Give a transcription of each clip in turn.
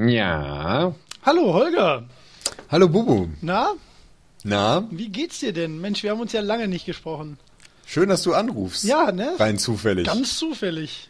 Ja. Hallo Holger. Hallo Bubu. Na? Na? Wie geht's dir denn? Mensch, wir haben uns ja lange nicht gesprochen. Schön, dass du anrufst. Ja, ne? Rein zufällig. Ganz zufällig.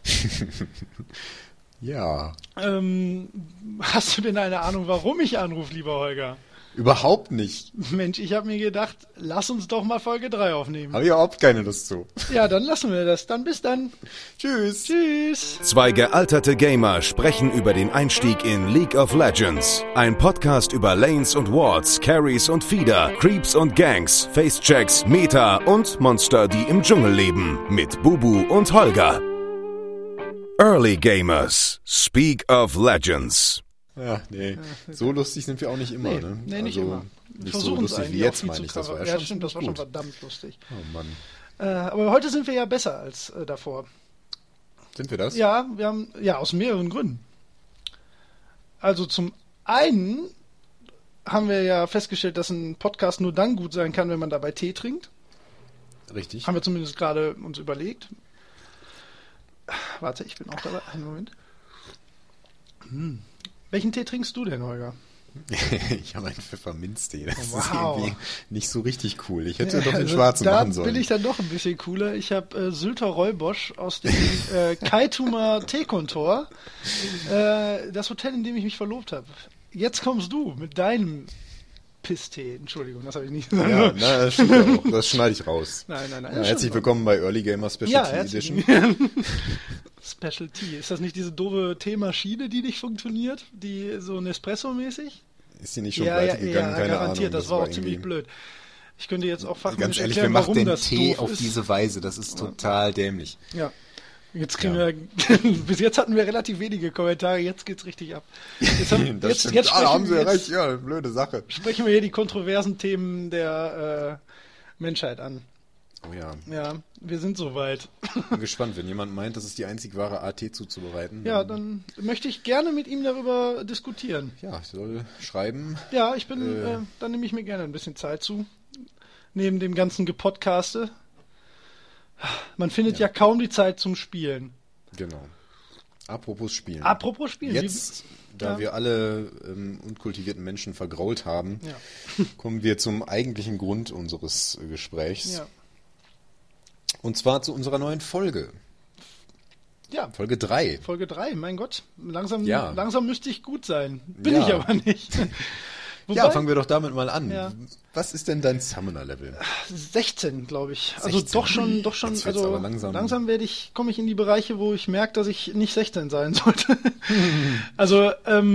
Ja. Hast du denn eine Ahnung, warum ich anrufe, lieber Holger? Überhaupt nicht. Mensch, ich habe mir gedacht, lass uns doch mal Folge 3 aufnehmen. Habe ich überhaupt keine Lust zu. Ja, dann lassen wir das. Dann bis dann. Tschüss. Tschüss. Zwei gealterte Gamer sprechen über den Einstieg in League of Legends. Ein Podcast über Lanes und Wards, Carries und Feeder, Creeps und Ganks, Facechecks, Meta und Monster, die im Dschungel leben. Mit Bubu und Holger. Early Gamers. Speak of Legends. Ja, nee. So lustig sind wir auch nicht immer, ne? Nee, nicht also, immer. Nicht so lustig wie jetzt, meine ich. Das war ja stimmt, das war schon gut. verdammt lustig. Oh Mann. Aber heute sind wir ja besser als davor. Sind wir das? Ja, wir haben, aus mehreren Gründen. Also zum einen haben wir ja festgestellt, dass ein Podcast nur dann gut sein kann, wenn man dabei Tee trinkt. Richtig. Haben wir zumindest gerade uns überlegt. Warte, ich bin auch dabei. Einen Moment. Welchen Tee trinkst du denn, Holger? Ich habe einen Pfefferminztee. Das ist Wow. irgendwie nicht so richtig cool. Ich hätte doch den schwarzen machen sollen. Da bin ich dann doch ein bisschen cooler. Ich habe Sylter Rollbosch aus dem Kaitumer Teekontor. Das Hotel, in dem ich mich verlobt habe. Jetzt kommst du mit deinem Pisstee. Entschuldigung, das habe ich nicht gesagt. Ja, das stimmt ja auch. Das schneide ich raus. Nein. Ja, herzlich willkommen bei Early Gamer Special Tea Edition. Specialty. Ist das nicht diese doofe Teemaschine, die nicht funktioniert? Die so Nespresso-mäßig? Ist die nicht schon pleite gegangen? Keine garantiert. Ahnung. Das war auch ziemlich blöd. Ich könnte jetzt auch Ganz fachmännisch ehrlich, erklären, wer macht warum denn das Tee doof auf ist. diese Weise? Das ist total dämlich. Ja. Jetzt kriegen wir, bis jetzt hatten wir relativ wenige Kommentare, jetzt geht's richtig ab. Jetzt Haben sie ja recht, ja, blöde Sache. Sprechen wir hier die kontroversen Themen der Menschheit an. Oh ja. Ja, wir sind soweit. Bin gespannt, wenn jemand meint, das ist die einzig wahre Art, Tee zuzubereiten. Ja, dann möchte ich gerne mit ihm darüber diskutieren. Ja, ich soll schreiben. Ja, ich bin, dann nehme ich mir gerne ein bisschen Zeit zu. Neben dem ganzen Gepodcaste. Man findet ja kaum die Zeit zum Spielen. Genau. Apropos Spielen. Jetzt, da wir alle unkultivierten Menschen vergrault haben, kommen wir zum eigentlichen Grund unseres Gesprächs. Ja. Und zwar zu unserer neuen Folge. Ja. Folge 3. Folge 3, mein Gott. Langsam müsste ich gut sein. Bin ich aber nicht. Wobei, fangen wir doch damit mal an. Ja. Was ist denn dein Summoner-Level? 16, glaube ich. 16. Also doch schon. Jetzt Also aber langsam komme ich in die Bereiche, wo ich merke, dass ich nicht 16 sein sollte. Also,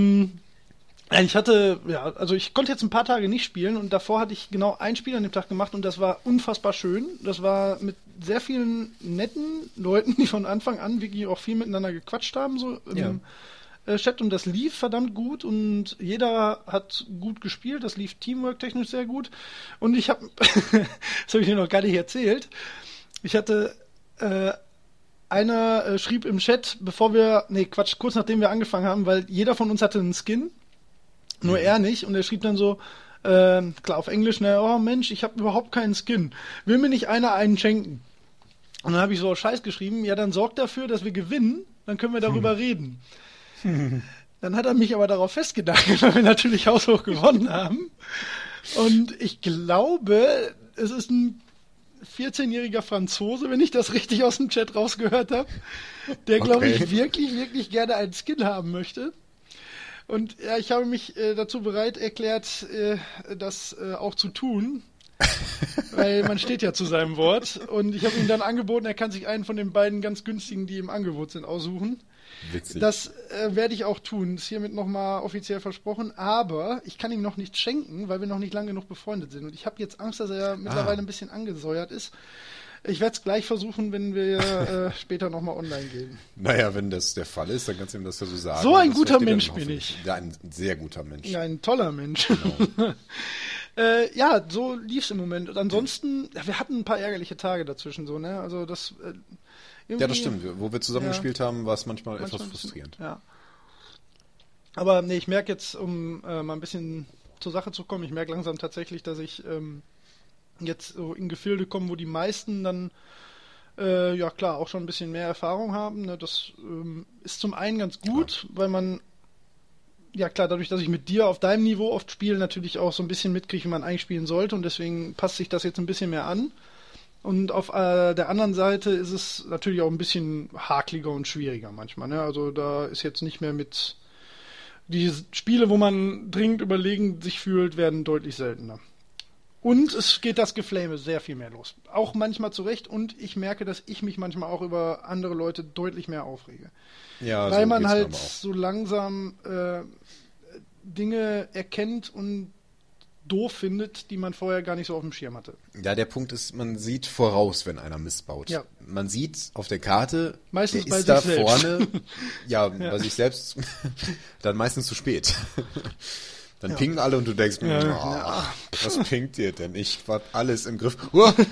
ich konnte jetzt ein paar Tage nicht spielen und davor hatte ich genau ein Spiel an dem Tag gemacht und das war unfassbar schön. Das war mit sehr vielen netten Leuten, die von Anfang an wirklich auch viel miteinander gequatscht haben, so im Chat, und das lief verdammt gut und jeder hat gut gespielt, das lief Teamwork-technisch sehr gut und ich habe, das habe ich dir noch gar nicht erzählt, ich hatte, einer schrieb im Chat, kurz nachdem wir angefangen haben, weil jeder von uns hatte einen Skin, nur er nicht, und er schrieb dann so, klar auf Englisch, oh Mensch, ich habe überhaupt keinen Skin, will mir nicht einer einen schenken? Und dann habe ich so Scheiß geschrieben, ja, dann sorgt dafür, dass wir gewinnen, dann können wir darüber reden. Dann hat er mich aber darauf festgenagelt, weil wir natürlich haushoch gewonnen haben. Und ich glaube, es ist ein 14-jähriger Franzose, wenn ich das richtig aus dem Chat rausgehört habe, der, glaube ich, wirklich, wirklich gerne einen Skin haben möchte. Und ja, ich habe mich dazu bereit erklärt, das auch zu tun. Weil man steht ja zu seinem Wort. Und ich habe ihm dann angeboten, er kann sich einen von den beiden ganz günstigen, die im Angebot sind, aussuchen. Witzig. Das werde ich auch tun. Das ist hiermit nochmal offiziell versprochen. Aber ich kann ihm noch nichts schenken, weil wir noch nicht lange genug befreundet sind. Und ich habe jetzt Angst, dass er mittlerweile ein bisschen angesäuert ist. Ich werde es gleich versuchen, wenn wir später nochmal online gehen. Naja, wenn das der Fall ist, dann kannst du ihm das ja so sagen. So ein guter Mensch bin ich. Ja, ein sehr guter Mensch. Ja, ein toller Mensch. Genau. So lief es im Moment. Und ansonsten, wir hatten ein paar ärgerliche Tage dazwischen, so, ne? Also das ja, das stimmt. Wo wir zusammen gespielt haben, war es manchmal etwas ein bisschen, frustrierend. Ja. Aber nee, ich merke jetzt, um mal ein bisschen zur Sache zu kommen, ich merke langsam tatsächlich, dass ich jetzt so in Gefilde komme, wo die meisten dann auch schon ein bisschen mehr Erfahrung haben. Ne? Das ist zum einen ganz gut, weil man ja klar, dadurch, dass ich mit dir auf deinem Niveau oft spiele, natürlich auch so ein bisschen mitkriege, wie man eigentlich spielen sollte und deswegen passt sich das jetzt ein bisschen mehr an. Und auf der anderen Seite ist es natürlich auch ein bisschen hakliger und schwieriger manchmal. Ne? Also da ist jetzt nicht mehr mit... Die Spiele, wo man dringend überlegen sich fühlt, werden deutlich seltener. Und es geht das Geflame sehr viel mehr los. Auch manchmal zurecht. Und ich merke, dass ich mich manchmal auch über andere Leute deutlich mehr aufrege. Ja, weil so man geht's mir halt aber auch. so langsam Dinge erkennt und doof findet, die man vorher gar nicht so auf dem Schirm hatte. Ja, der Punkt ist, man sieht voraus, wenn einer missbaut. Ja. Man sieht auf der Karte, Meistens der bei ist da sich selbst. vorne, bei sich selbst, dann meistens zu spät. Dann pingen alle und du denkst, was pingt ihr denn? Ich war alles im Griff.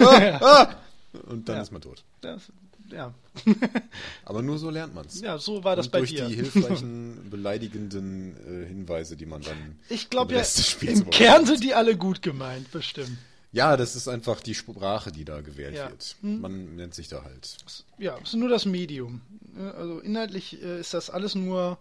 Und dann ist man tot. Ja. Aber nur so lernt man's. Ja, so war das und bei durch dir. die hilfreichen, beleidigenden Hinweise, die man dann Ich glaube den ja, Rest des Spiels im Kern sind die alle gut gemeint, bestimmt. Ja, das ist einfach die Sprache, die da gewählt Ja. wird. Man nennt sich da halt. Ja, es ist nur das Medium. Also inhaltlich ist das alles nur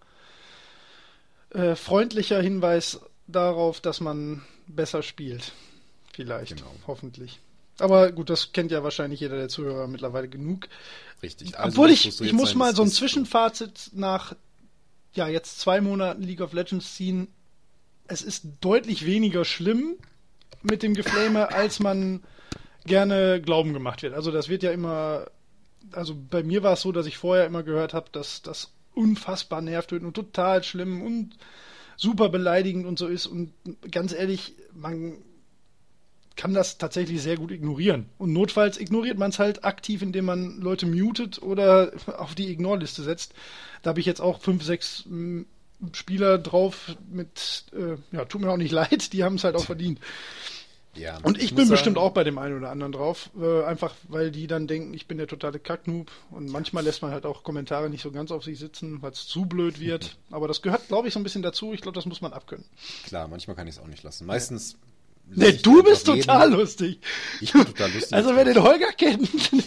freundlicher Hinweis darauf, dass man besser spielt. Vielleicht, Genau. hoffentlich. Aber gut, das kennt ja wahrscheinlich jeder der Zuhörer mittlerweile genug. Richtig. Obwohl das, was du ich jetzt muss sagen, mal das so ein ist Zwischenfazit nach jetzt 2 Monaten League of Legends ziehen. Es ist deutlich weniger schlimm mit dem Geflame, als man gerne glauben gemacht wird. Also das wird ja immer, also bei mir war es so, dass ich vorher immer gehört habe, dass das unfassbar nervtötend und total schlimm und super beleidigend und so ist. Und ganz ehrlich, man kann das tatsächlich sehr gut ignorieren. Und notfalls ignoriert man es halt aktiv, indem man Leute mutet oder auf die Ignore-Liste setzt. Da habe ich jetzt auch 5, 6 Spieler drauf mit, tut mir auch nicht leid, die haben es halt auch verdient. Ja, Und ich bin bestimmt auch bei dem einen oder anderen drauf, einfach weil die dann denken, ich bin der totale Kacknoob. Und manchmal lässt man halt auch Kommentare nicht so ganz auf sich sitzen, weil es zu blöd wird. Aber das gehört, glaube ich, so ein bisschen dazu. Ich glaube, das muss man abkönnen. Klar, manchmal kann ich es auch nicht lassen. Meistens. Nee, du bist total lustig. Ich bin total lustig. Also wer den Holger kennt,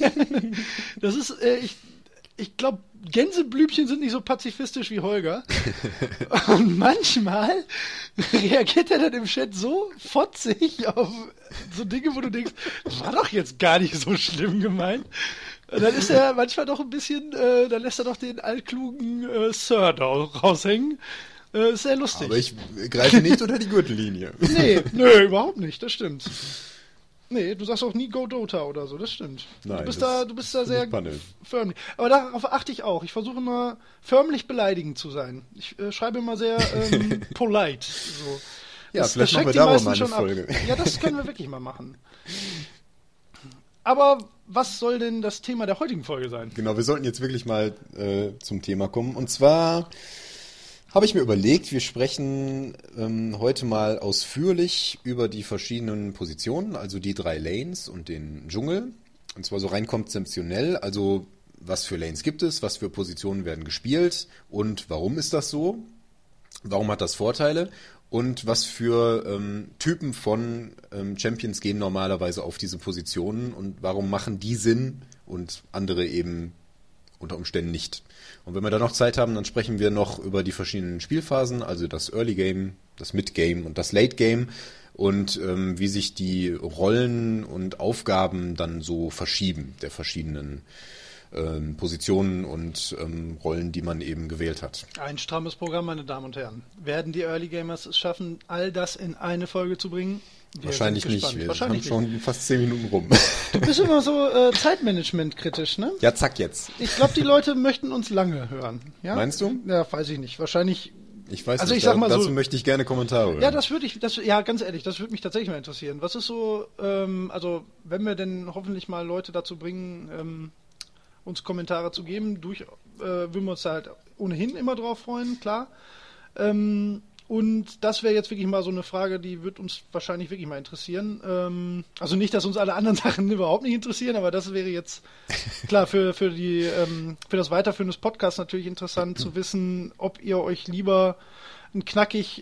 das ist, ich glaube, Gänseblümchen sind nicht so pazifistisch wie Holger. Und manchmal reagiert er dann im Chat so fotzig auf so Dinge, wo du denkst, das war doch jetzt gar nicht so schlimm gemeint. Und dann ist er manchmal doch ein bisschen, dann lässt er doch den altklugen Sir da raushängen. Ist sehr lustig. Aber ich greife nicht unter die Gürtellinie. Nee, überhaupt nicht, das stimmt. Nee, du sagst auch nie Go Dota oder so, das stimmt. Nein, du bist da sehr spannend. förmlich. Aber darauf achte ich auch. Ich versuche immer förmlich beleidigend zu sein. Ich schreibe immer sehr polite. So. Ja, Das vielleicht machen schreckt wir die darüber meisten mal eine schon ab. Folge. Ja, das können wir wirklich mal machen. Aber was soll denn das Thema der heutigen Folge sein? Genau, wir sollten jetzt wirklich mal zum Thema kommen. Und zwar habe ich mir überlegt, wir sprechen heute mal ausführlich über die verschiedenen Positionen, also die 3 Lanes und den Dschungel. Und zwar so rein konzeptionell, also was für Lanes gibt es, was für Positionen werden gespielt und warum ist das so? Warum hat das Vorteile? Und was für Typen von Champions gehen normalerweise auf diese Positionen und warum machen die Sinn und andere eben unter Umständen nicht. Und wenn wir da noch Zeit haben, dann sprechen wir noch über die verschiedenen Spielphasen, also das Early Game, das Mid Game und das Late Game und wie sich die Rollen und Aufgaben dann so verschieben, der verschiedenen Positionen und Rollen, die man eben gewählt hat. Ein strammes Programm, meine Damen und Herren. Werden die Early Gamers es schaffen, all das in eine Folge zu bringen? Wahrscheinlich nicht. Wir haben schon fast 10 Minuten rum. Du bist immer so Zeitmanagement kritisch, ne? Ja, zack jetzt. Ich glaube, die Leute möchten uns lange hören. Ja? Meinst du? Ja, weiß ich nicht. Wahrscheinlich. Ich weiß Also nicht, ich sag mal dazu so, möchte ich gerne Kommentare hören. Ja, ganz ehrlich, das würde mich tatsächlich mal interessieren. Was ist so, also wenn wir denn hoffentlich mal Leute dazu bringen, uns Kommentare zu geben, würden wir uns da halt ohnehin immer drauf freuen, klar. Und das wäre jetzt wirklich mal so eine Frage, die wird uns wahrscheinlich wirklich mal interessieren. Also nicht, dass uns alle anderen Sachen überhaupt nicht interessieren, aber das wäre jetzt klar für das Weiterführen des Podcasts natürlich interessant zu wissen, ob ihr euch lieber einen knackig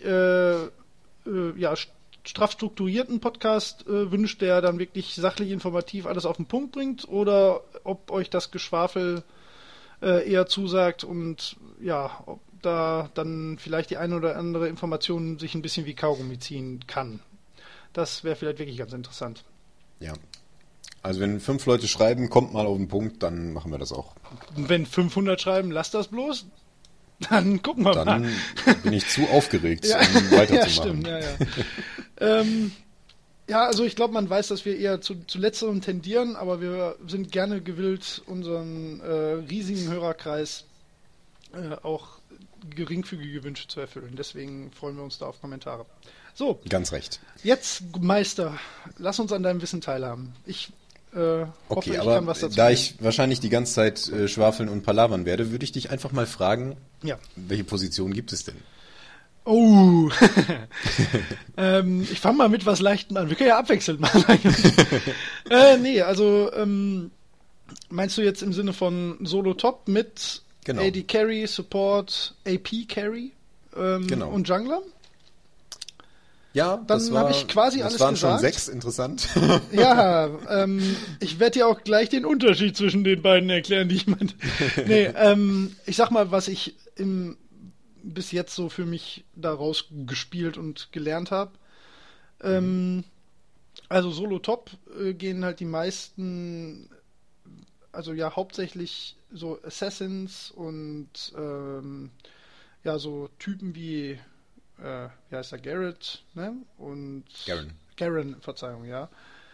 straff strukturierten Podcast wünscht, der dann wirklich sachlich informativ alles auf den Punkt bringt, oder ob euch das Geschwafel eher zusagt und ja, da dann vielleicht die eine oder andere Information sich ein bisschen wie Kaugummi ziehen kann. Das wäre vielleicht wirklich ganz interessant. Ja. Also wenn 5 Leute schreiben, kommt mal auf den Punkt, dann machen wir das auch. Und wenn 500 schreiben, lasst das bloß. Dann gucken wir mal. Dann bin ich zu aufgeregt, Ja. um weiterzumachen. Ja, stimmt, ja. Ja, also ich glaube, man weiß, dass wir eher zu Letzterem tendieren, aber wir sind gerne gewillt, unseren riesigen Hörerkreis auch geringfügige Wünsche zu erfüllen. Deswegen freuen wir uns da auf Kommentare. So, Ganz recht. jetzt, Meister, lass uns an deinem Wissen teilhaben. Ich hoffe, Okay, ich aber kann was dazu da geben. ich wahrscheinlich die ganze Zeit schwafeln und palavern werde, würde ich dich einfach mal fragen, Ja. welche Position gibt es denn? Oh, ich fange mal mit was Leichtem an. Wir können ja abwechselnd machen. Nee, also meinst du jetzt im Sinne von Solo-Top mit Genau. AD Carry, Support, AP Carry Genau. und Jungler? Ja, Dann habe ich quasi alles das waren gesagt. schon 6, interessant. Ja, ich werde dir auch gleich den Unterschied zwischen den beiden erklären, die ich meinte. Nee, ich sag mal, was ich bis jetzt so für mich daraus gespielt und gelernt habe. Also Solo-Top gehen halt die meisten, also ja hauptsächlich so Assassins und ja so Typen wie wie heißt der, Garrett, ne? Und Garen, Verzeihung, ja.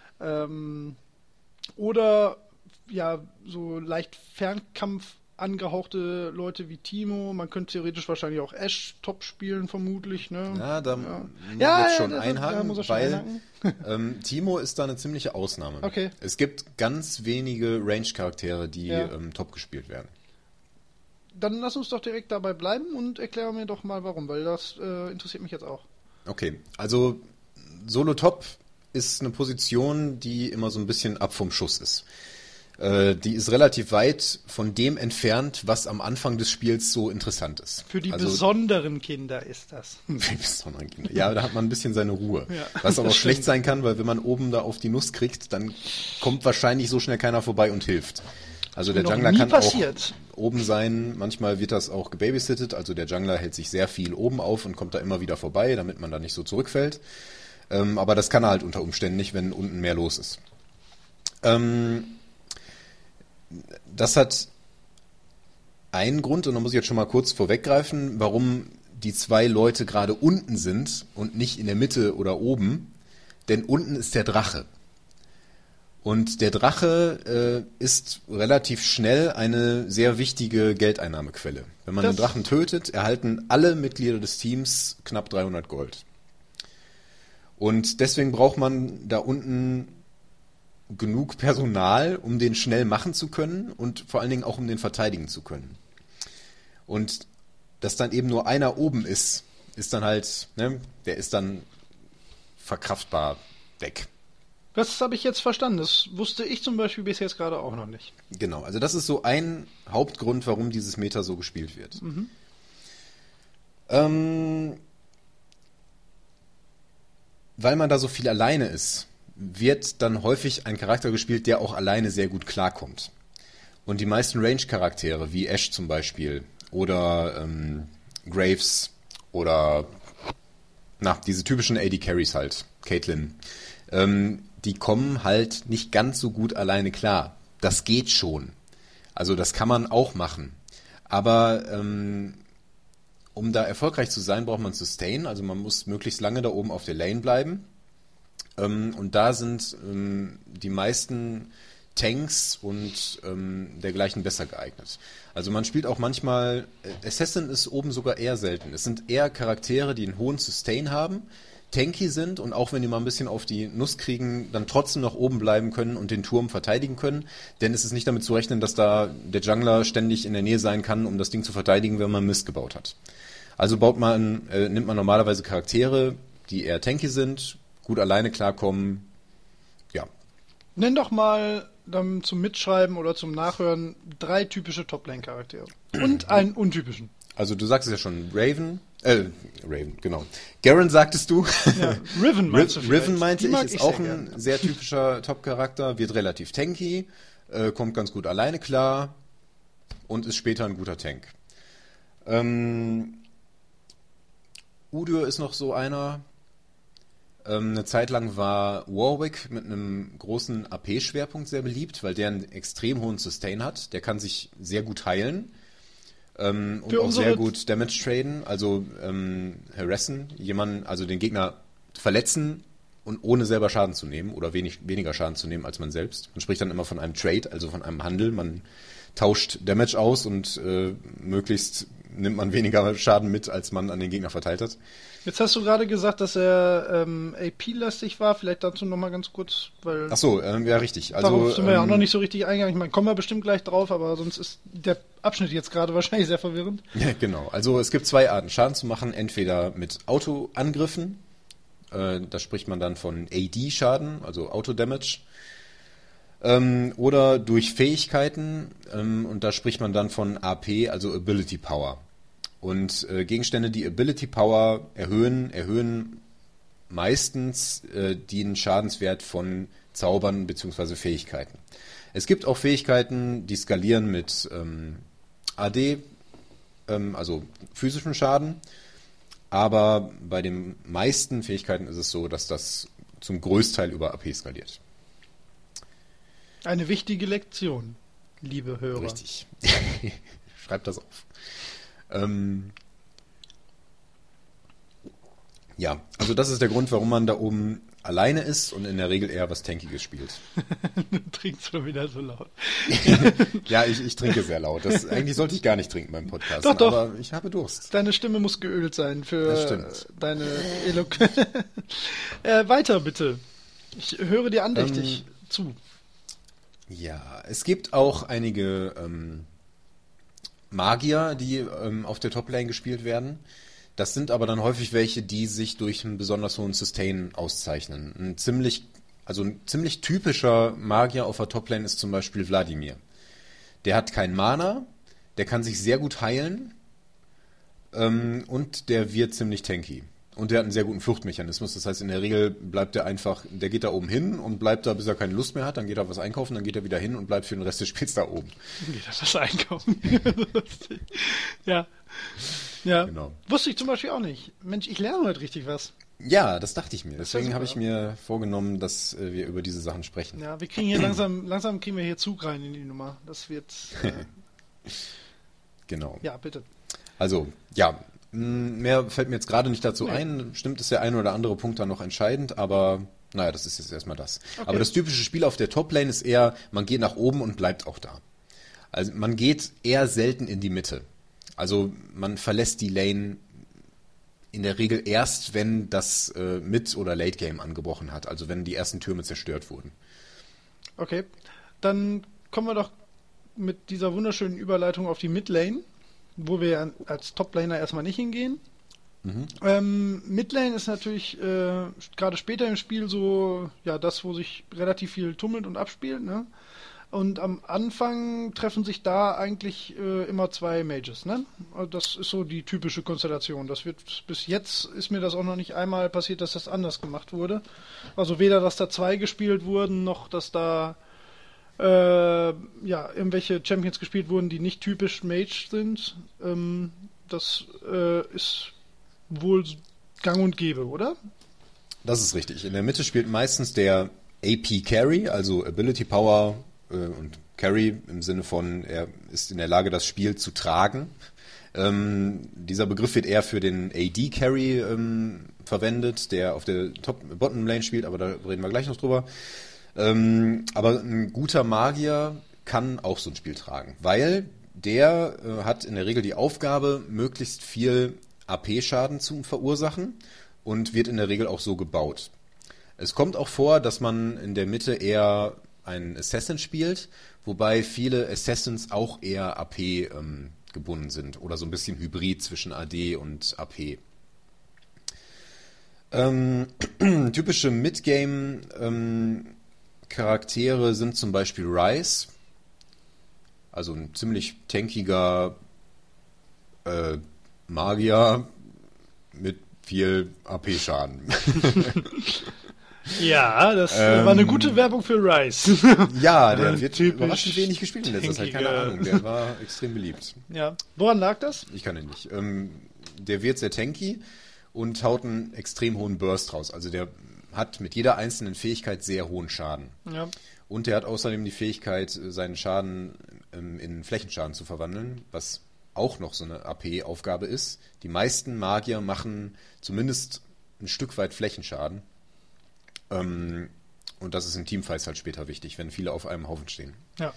Oder ja, so leicht Fernkampf angehauchte Leute wie Timo. Man könnte theoretisch wahrscheinlich auch Ashe Top spielen, vermutlich, ne? Ja, da muss Ja, ich schon da einhaken, muss er schon weil einhaken. Timo ist da eine ziemliche Ausnahme. Okay. Es gibt ganz wenige Range-Charaktere, die Ja. top gespielt werden. Dann lass uns doch direkt dabei bleiben und erkläre mir doch mal warum, weil das interessiert mich jetzt auch. Okay, also Solo-Top ist eine Position, die immer so ein bisschen ab vom Schuss ist. Die ist relativ weit von dem entfernt, was am Anfang des Spiels so interessant ist. Für die Also, besonderen Kinder ist das. für die besonderen Kinder. Ja, da hat man ein bisschen seine Ruhe. Ja, Was aber das auch schlecht stimmt. sein kann, weil wenn man oben da auf die Nuss kriegt, dann kommt wahrscheinlich so schnell keiner vorbei und hilft. Also der Noch Jungler nie kann passiert. auch oben sein. Manchmal wird das auch gebabysittet. Also der Jungler hält sich sehr viel oben auf und kommt da immer wieder vorbei, damit man da nicht so zurückfällt. Aber das kann er halt unter Umständen nicht, wenn unten mehr los ist. Das hat einen Grund, und da muss ich jetzt schon mal kurz vorweggreifen, warum die 2 Leute gerade unten sind und nicht in der Mitte oder oben. Denn unten ist der Drache. Und der Drache ist relativ schnell eine sehr wichtige Geldeinnahmequelle. Wenn man den Drachen tötet, erhalten alle Mitglieder des Teams knapp 300 Gold. Und deswegen braucht man da unten genug Personal, um den schnell machen zu können und vor allen Dingen auch um den verteidigen zu können. Und dass dann eben nur einer oben ist dann halt, ne, der ist dann verkraftbar weg. Das habe ich jetzt verstanden. Das wusste ich zum Beispiel bis jetzt gerade auch noch nicht. Genau, also das ist so ein Hauptgrund, warum dieses Meta so gespielt wird. Weil man da so viel alleine ist, wird dann häufig ein Charakter gespielt, der auch alleine sehr gut klarkommt. Und die meisten Range-Charaktere, wie Ashe zum Beispiel, oder Graves, oder diese typischen AD-Carries halt, Caitlyn, die kommen halt nicht ganz so gut alleine klar. Das geht schon. Also das kann man auch machen. Aber um da erfolgreich zu sein, braucht man Sustain. Also man muss möglichst lange da oben auf der Lane bleiben. Und da sind die meisten Tanks und dergleichen besser geeignet. Also man spielt auch manchmal, Assassin ist oben sogar eher selten. Es sind eher Charaktere, die einen hohen Sustain haben, tanky sind und auch wenn die mal ein bisschen auf die Nuss kriegen, dann trotzdem noch oben bleiben können und den Turm verteidigen können. Denn es ist nicht damit zu rechnen, dass da der Jungler ständig in der Nähe sein kann, um das Ding zu verteidigen, wenn man Mist gebaut hat. Also nimmt man normalerweise Charaktere, die eher tanky sind, gut alleine klarkommen. Ja. Nenn doch mal dann zum Mitschreiben oder zum Nachhören 3 typische Top-Lane-Charaktere. Und einen untypischen. Also du sagst es ja schon, Raven, genau. Garen sagtest du. Ja, Riven meinst du vielleicht? Riven meinte Die mag ich, ist auch sehr ein gern. sehr typischer Top-Charakter, wird relativ tanky, kommt ganz gut alleine klar und ist später ein guter Tank. Udyr ist noch so einer. Eine Zeit lang war Warwick mit einem großen AP-Schwerpunkt sehr beliebt, weil der einen extrem hohen Sustain hat. Der kann sich sehr gut heilen und auch sehr gut Damage traden, also harassen, also den Gegner verletzen und ohne selber Schaden zu nehmen oder weniger Schaden zu nehmen als man selbst. Man spricht dann immer von einem Trade, also von einem Handel. Man tauscht Damage aus und möglichst nimmt man weniger Schaden mit, als man an den Gegner verteilt hat. Jetzt hast du gerade gesagt, dass er AP-lastig war. Vielleicht dazu nochmal ganz kurz, weil... Ach so, ja, richtig. Also, darauf sind wir ja auch noch nicht so richtig eingegangen. Ich meine, kommen wir bestimmt gleich drauf, aber sonst ist der Abschnitt jetzt gerade wahrscheinlich sehr verwirrend. Ja, genau. Also es gibt zwei Arten, Schaden zu machen. Entweder mit Auto-Angriffen. Da spricht man dann von AD-Schaden, also Auto-Damage. Oder durch Fähigkeiten. Und da spricht man dann von AP, also Ability Power. Und Gegenstände, die Ability Power erhöhen meistens den Schadenswert von Zaubern bzw. Fähigkeiten. Es gibt auch Fähigkeiten, die skalieren mit AD, also physischem Schaden. Aber bei den meisten Fähigkeiten ist es so, dass das zum Größteil über AP skaliert. Eine wichtige Lektion, liebe Hörer. Richtig. Schreibt das auf. Ja, also das ist der Grund, warum man da oben alleine ist und in der Regel eher was Tankiges spielt. Du trinkst schon wieder so laut. Ja, ich trinke sehr laut. Eigentlich sollte ich gar nicht trinken beim Podcast, doch. aber ich habe Durst. Deine Stimme muss geölt sein für deine Eloquenz. Weiter bitte. Ich höre dir andächtig zu. Ja, es gibt auch einige Magier, die auf der Top-Lane gespielt werden. Das sind aber dann häufig welche, die sich durch einen besonders hohen Sustain auszeichnen. Ein ziemlich typischer Magier auf der Top-Lane ist zum Beispiel Wladimir. Der hat kein Mana, der kann sich sehr gut heilen und der wird ziemlich tanky. Und der hat einen sehr guten Fluchtmechanismus. Das heißt, in der Regel der geht da oben hin und bleibt da, bis er keine Lust mehr hat. Dann geht er was einkaufen, dann geht er wieder hin und bleibt für den Rest des Spiels da oben. Geht er was einkaufen? Ja. Ja. Genau. Wusste ich zum Beispiel auch nicht. Mensch, ich lerne heute richtig was. Ja, das dachte ich mir. Deswegen habe ich mir vorgenommen, dass wir über diese Sachen sprechen. Ja, wir kriegen hier langsam kriegen wir hier Zug rein in die Nummer. Das wird... Genau. Ja, bitte. Also, ja, mehr fällt mir jetzt gerade nicht dazu ein. Stimmt, ist der ein oder andere Punkt dann noch entscheidend, aber naja, das ist jetzt erstmal das. Okay. Aber das typische Spiel auf der Top-Lane ist eher, man geht nach oben und bleibt auch da. Also man geht eher selten in die Mitte. Also man verlässt die Lane in der Regel erst, wenn das Mid- oder Late-Game angebrochen hat. Also wenn die ersten Türme zerstört wurden. Okay, dann kommen wir doch mit dieser wunderschönen Überleitung auf die Mid-Lane, wo wir als Top-Laner erstmal nicht hingehen. Midlane ist natürlich gerade später im Spiel so, ja, das, wo sich relativ viel tummelt und abspielt, ne? Und am Anfang treffen sich da eigentlich immer zwei Mages, ne? Das ist so die typische Konstellation. Das wird, bis jetzt ist mir das auch noch nicht einmal passiert, dass das anders gemacht wurde. Also weder, dass da zwei gespielt wurden, noch dass da irgendwelche Champions gespielt wurden, die nicht typisch Mage sind. Das ist wohl gang und gäbe, oder? Das ist richtig. In der Mitte spielt meistens der AP Carry, also Ability Power und Carry im Sinne von, er ist in der Lage, das Spiel zu tragen. Dieser Begriff wird eher für den AD Carry verwendet, der auf der Bottom Lane spielt, aber da reden wir gleich noch drüber. Aber ein guter Magier kann auch so ein Spiel tragen, weil der hat in der Regel die Aufgabe, möglichst viel AP-Schaden zu verursachen und wird in der Regel auch so gebaut. Es kommt auch vor, dass man in der Mitte eher einen Assassin spielt, wobei viele Assassins auch eher AP gebunden sind oder so ein bisschen Hybrid zwischen AD und AP. Typische Midgame Charaktere sind zum Beispiel Ryze, also ein ziemlich tankiger Magier mit viel AP-Schaden. Ja, das war eine gute Werbung für Rice. Ja, der wird Typisch überraschend wenig gespielt in letzter Zeit, keine Ahnung. Der war extrem beliebt. Ja. Woran lag das? Ich kann ihn nicht. Der wird sehr tanky und haut einen extrem hohen Burst raus. Also der hat mit jeder einzelnen Fähigkeit sehr hohen Schaden. Ja. Und der hat außerdem die Fähigkeit, seinen Schaden in Flächenschaden zu verwandeln, was auch noch so eine AP-Aufgabe ist. Die meisten Magier machen zumindest ein Stück weit Flächenschaden. Und das ist in Teamfights halt später wichtig, wenn viele auf einem Haufen stehen. Ja.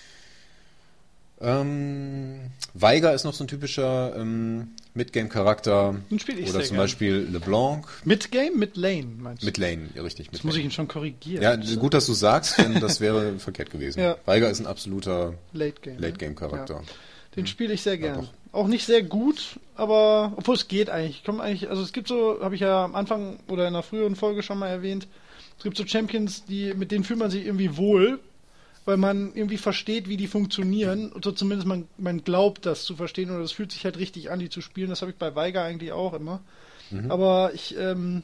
Veigar ist noch so ein typischer Midgame-Charakter. Den spiele ich Oder sehr zum gern. Beispiel LeBlanc. Mit Mit Lane, meinst du? Mit Lane, ja, richtig. Das muss ich ihn schon korrigieren. Ja, gut, dass du sagst, denn das wäre verkehrt gewesen. Ja. Veigar ist ein absoluter Late-Game. Late-Game-Charakter. Ja. Den spiele ich sehr gern. doch. Auch nicht sehr gut, aber obwohl es geht eigentlich. Also es gibt so, habe ich ja am Anfang oder in einer früheren Folge schon mal erwähnt, es gibt so Champions, mit denen fühlt man sich irgendwie wohl, weil man irgendwie versteht, wie die funktionieren. Oder zumindest man glaubt, das zu verstehen, oder es fühlt sich halt richtig an, die zu spielen. Das habe ich bei Veigar eigentlich auch immer. Aber ich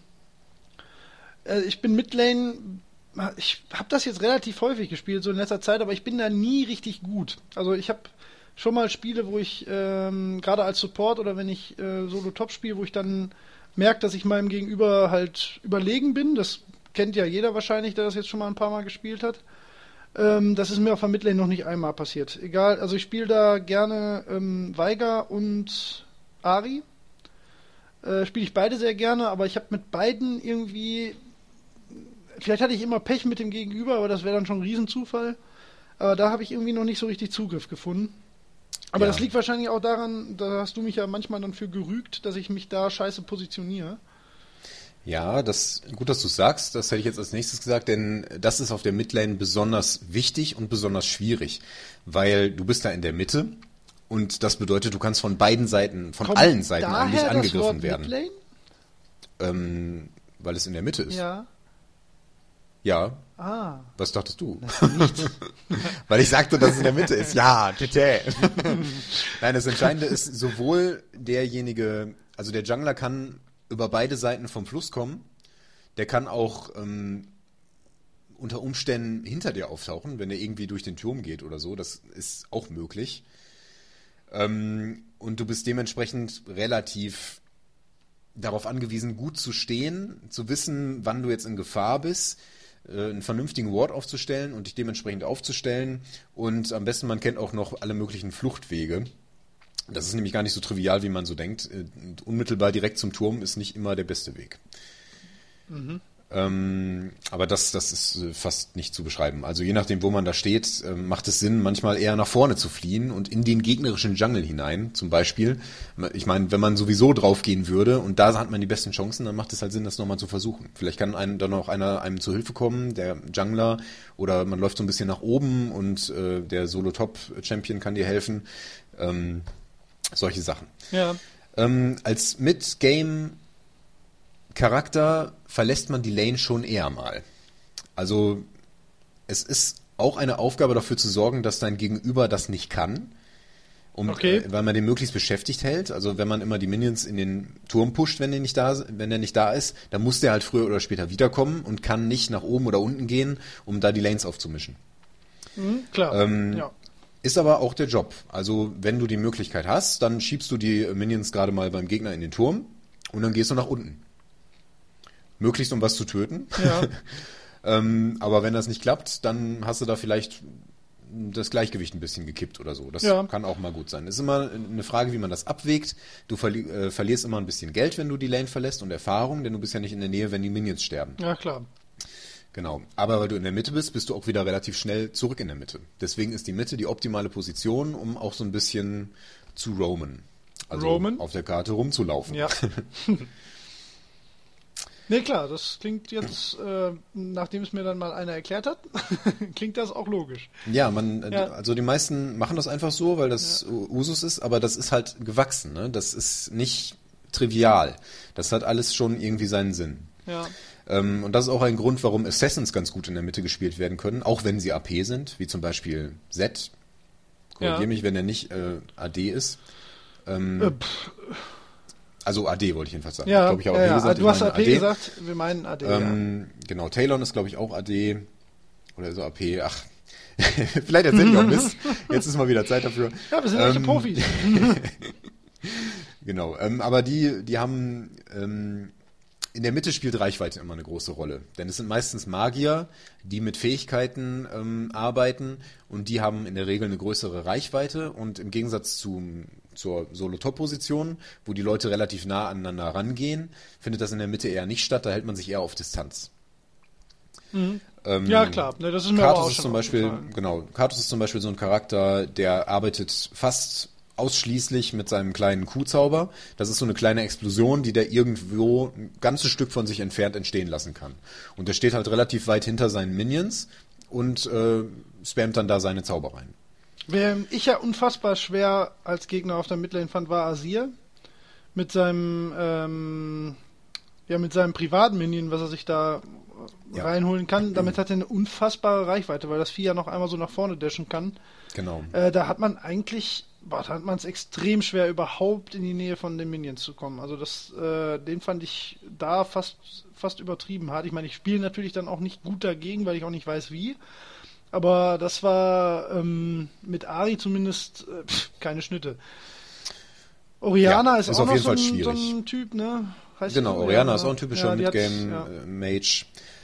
bin Midlane, ich habe das jetzt relativ häufig gespielt, so in letzter Zeit, aber ich bin da nie richtig gut. Also ich habe schon mal Spiele, wo ich gerade als Support oder wenn ich Solo-Top spiele, wo ich dann merke, dass ich meinem Gegenüber halt überlegen bin. Das kennt ja jeder wahrscheinlich, der das jetzt schon mal ein paar Mal gespielt hat. Das ist mir auf der Midlane noch nicht einmal passiert. Egal, also ich spiele da gerne Veigar und Ahri. Spiele ich beide sehr gerne, aber ich habe mit beiden irgendwie... Vielleicht hatte ich immer Pech mit dem Gegenüber, aber das wäre dann schon ein Riesenzufall. Aber da habe ich irgendwie noch nicht so richtig Zugriff gefunden. Aber Ja. das liegt wahrscheinlich auch daran, da hast du mich ja manchmal dann für gerügt, dass ich mich da scheiße positioniere. Ja, gut, dass du sagst, das hätte ich jetzt als nächstes gesagt, denn das ist auf der Midlane besonders wichtig und besonders schwierig, weil du bist da in der Mitte und das bedeutet, du kannst von beiden Seiten, von Kommt allen Seiten daher eigentlich das angegriffen Wort werden. Midlane? Weil es in der Mitte ist. Ja. Ja. Ah. Was dachtest du? Weil ich sagte, dass es in der Mitte ist. Ja, tete. Nein, das Entscheidende ist sowohl derjenige, also der Jungler kann über beide Seiten vom Fluss kommen. Der kann auch unter Umständen hinter dir auftauchen, wenn er irgendwie durch den Turm geht oder so. Das ist auch möglich. Und du bist dementsprechend relativ darauf angewiesen, gut zu stehen, zu wissen, wann du jetzt in Gefahr bist, einen vernünftigen Ward aufzustellen und dich dementsprechend aufzustellen. Und am besten, man kennt auch noch alle möglichen Fluchtwege. Das ist nämlich gar nicht so trivial, wie man so denkt. Unmittelbar direkt zum Turm ist nicht immer der beste Weg. Aber das ist fast nicht zu beschreiben. Also je nachdem, wo man da steht, macht es Sinn, manchmal eher nach vorne zu fliehen und in den gegnerischen Jungle hinein, zum Beispiel. Ich meine, wenn man sowieso draufgehen würde und da hat man die besten Chancen, dann macht es halt Sinn, das nochmal zu versuchen. Vielleicht kann dann auch einer einem zu Hilfe kommen, der Jungler, oder man läuft so ein bisschen nach oben und der Solo-Top-Champion kann dir helfen. Solche Sachen. Ja. Als Mid-Game-Charakter verlässt man die Lane schon eher mal. Also es ist auch eine Aufgabe dafür zu sorgen, dass dein Gegenüber das nicht kann, weil man den möglichst beschäftigt hält. Also wenn man immer die Minions in den Turm pusht, wenn der nicht da ist, dann muss der halt früher oder später wiederkommen und kann nicht nach oben oder unten gehen, um da die Lanes aufzumischen. Klar. Ja. Ist aber auch der Job. Also wenn du die Möglichkeit hast, dann schiebst du die Minions gerade mal beim Gegner in den Turm und dann gehst du nach unten. Möglichst, um was zu töten. Ja. Aber wenn das nicht klappt, dann hast du da vielleicht das Gleichgewicht ein bisschen gekippt oder so. Das kann auch mal gut sein. Es ist immer eine Frage, wie man das abwägt. Du verlierst immer ein bisschen Geld, wenn du die Lane verlässt und Erfahrung, denn du bist ja nicht in der Nähe, wenn die Minions sterben. Ja, klar. Genau. Aber weil du in der Mitte bist du auch wieder relativ schnell zurück in der Mitte. Deswegen ist die Mitte die optimale Position, um auch so ein bisschen zu roamen. Also auf der Karte rumzulaufen. Ja. Nee, klar, das klingt jetzt, nachdem es mir dann mal einer erklärt hat, klingt das auch logisch. Ja, also die meisten machen das einfach so, weil das Usus ist, aber das ist halt gewachsen, ne? Das ist nicht trivial. Das hat alles schon irgendwie seinen Sinn. Ja. Und das ist auch ein Grund, warum Assassins ganz gut in der Mitte gespielt werden können, auch wenn sie AP sind, wie zum Beispiel Zed. Korrigier mich, wenn er nicht AD ist. Also AD wollte ich jedenfalls sagen. Ja, ich glaube, ich habe AD gesagt. Du hast AP gesagt, wir meinen AD. Genau, Talon ist, glaube ich, auch AD. Oder so AP. Ach, vielleicht erzähle ich auch Mist. Jetzt ist mal wieder Zeit dafür. Ja, wir sind echte Profis. Genau, aber die haben... in der Mitte spielt Reichweite immer eine große Rolle. Denn es sind meistens Magier, die mit Fähigkeiten arbeiten und die haben in der Regel eine größere Reichweite und im Gegensatz zur Solo-Top-Position, wo die Leute relativ nah aneinander rangehen, findet das in der Mitte eher nicht statt, da hält man sich eher auf Distanz. Mhm. Ja, klar. Ne, das ist mir Katus aber auch ist schon zum Beispiel, genau, Katus ist zum Beispiel so ein Charakter, der arbeitet fast ausschließlich mit seinem kleinen Kuhzauber. Das ist so eine kleine Explosion, die der irgendwo ein ganzes Stück von sich entfernt entstehen lassen kann. Und der steht halt relativ weit hinter seinen Minions und spammt dann da seine Zauber rein. Wer ich ja unfassbar schwer als Gegner auf der Midlane fand, war Azir. Mit seinem mit seinem privaten Minion, was er sich da reinholen kann. Damit hat er eine unfassbare Reichweite, weil das Vieh ja noch einmal so nach vorne dashen kann. Genau. Da hat man eigentlich, da hat man es extrem schwer, überhaupt in die Nähe von den Minions zu kommen. Also den fand ich da fast übertrieben hart. Ich meine, ich spiele natürlich dann auch nicht gut dagegen, weil ich auch nicht weiß wie. Aber das war mit Ahri zumindest keine Schnitte. Orianna ist auch auf noch jeden Fall so ein Typ, ne? Heißt genau, Orianna ist auch ein typischer Midgame-Mage.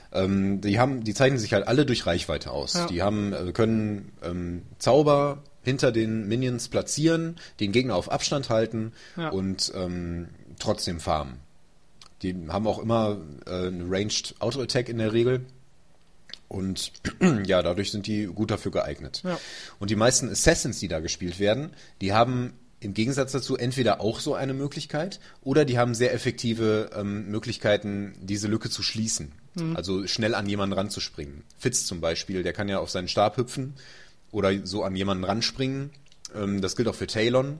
Die zeichnen sich halt alle durch Reichweite aus. Ja. Die können Zauber hinter den Minions platzieren, den Gegner auf Abstand halten und trotzdem farmen. Die haben auch immer eine Ranged Auto-Attack in der Regel. Und ja, dadurch sind die gut dafür geeignet. Ja. Und die meisten Assassins, die da gespielt werden, die haben im Gegensatz dazu entweder auch so eine Möglichkeit oder die haben sehr effektive Möglichkeiten, diese Lücke zu schließen. Mhm. Also schnell an jemanden ranzuspringen. Fitz zum Beispiel, der kann ja auf seinen Stab hüpfen oder so an jemanden ranspringen. Das gilt auch für Talon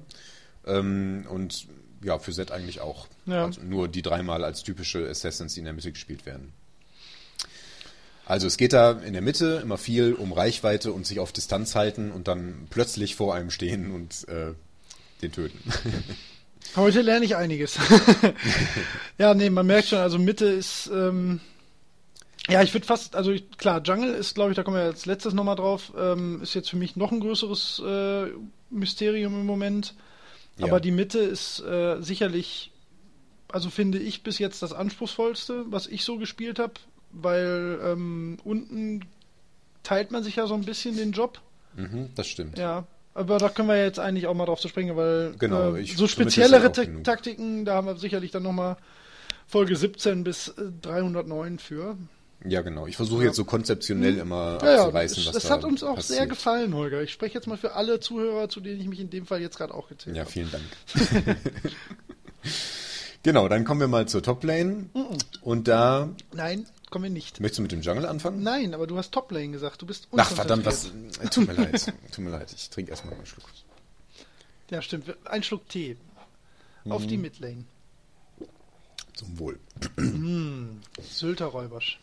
und ja, für Zed eigentlich auch. Ja. Also nur die dreimal als typische Assassins, die in der Mitte gespielt werden. Also es geht da in der Mitte immer viel um Reichweite und sich auf Distanz halten und dann plötzlich vor einem stehen und den töten. Heute lerne ich einiges. Ja, nee, man merkt schon, also Mitte ist, ich würde fast, also klar, Jungle ist, glaube ich, da kommen wir als letztes nochmal drauf, ist jetzt für mich noch ein größeres Mysterium im Moment. Ja. Aber die Mitte ist sicherlich, also finde ich bis jetzt das anspruchsvollste, was ich so gespielt habe, weil unten teilt man sich ja so ein bisschen den Job. Das stimmt. Ja. Aber da können wir jetzt eigentlich auch mal drauf zu springen, weil genau, so speziellere Taktiken, da haben wir sicherlich dann nochmal Folge 17 bis 309 für. Ja, genau. Ich versuche jetzt so konzeptionell immer abzureißen, was das hat uns auch sehr gefallen, Holger. Ich spreche jetzt mal für alle Zuhörer, zu denen ich mich in dem Fall jetzt gerade auch gezählt habe. Ja, vielen Dank. Genau, dann kommen wir mal zur Toplane. Und da... Nein, kommen wir nicht. Möchtest du mit dem Jungle anfangen? Nein, aber du hast Toplane gesagt. Du bist Ach, verdammt, was... Tut mir leid. Tut mir leid. Ich trinke erstmal einen Schluck. Ja, stimmt. Ein Schluck Tee. Auf die Midlane. Zum Wohl. Sylter Räubersch.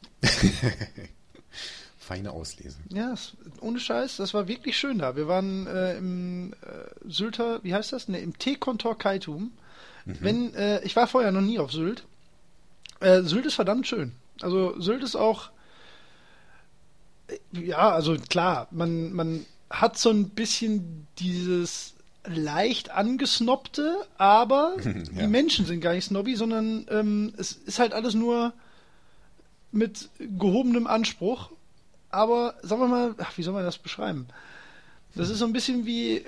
Feine Auslese. Ja, ohne Scheiß, das war wirklich schön da. Wir waren im Sylter, wie heißt das? Ne, im Teekontor Kaitum. Ich war vorher noch nie auf Sylt. Sylt ist verdammt schön. Also Sylt ist auch, ja, also klar, man hat so ein bisschen dieses leicht angesnobbte, aber die Menschen sind gar nicht snobby, sondern es ist halt alles nur mit gehobenem Anspruch. Aber sagen wir mal, wie soll man das beschreiben? Das ist so ein bisschen wie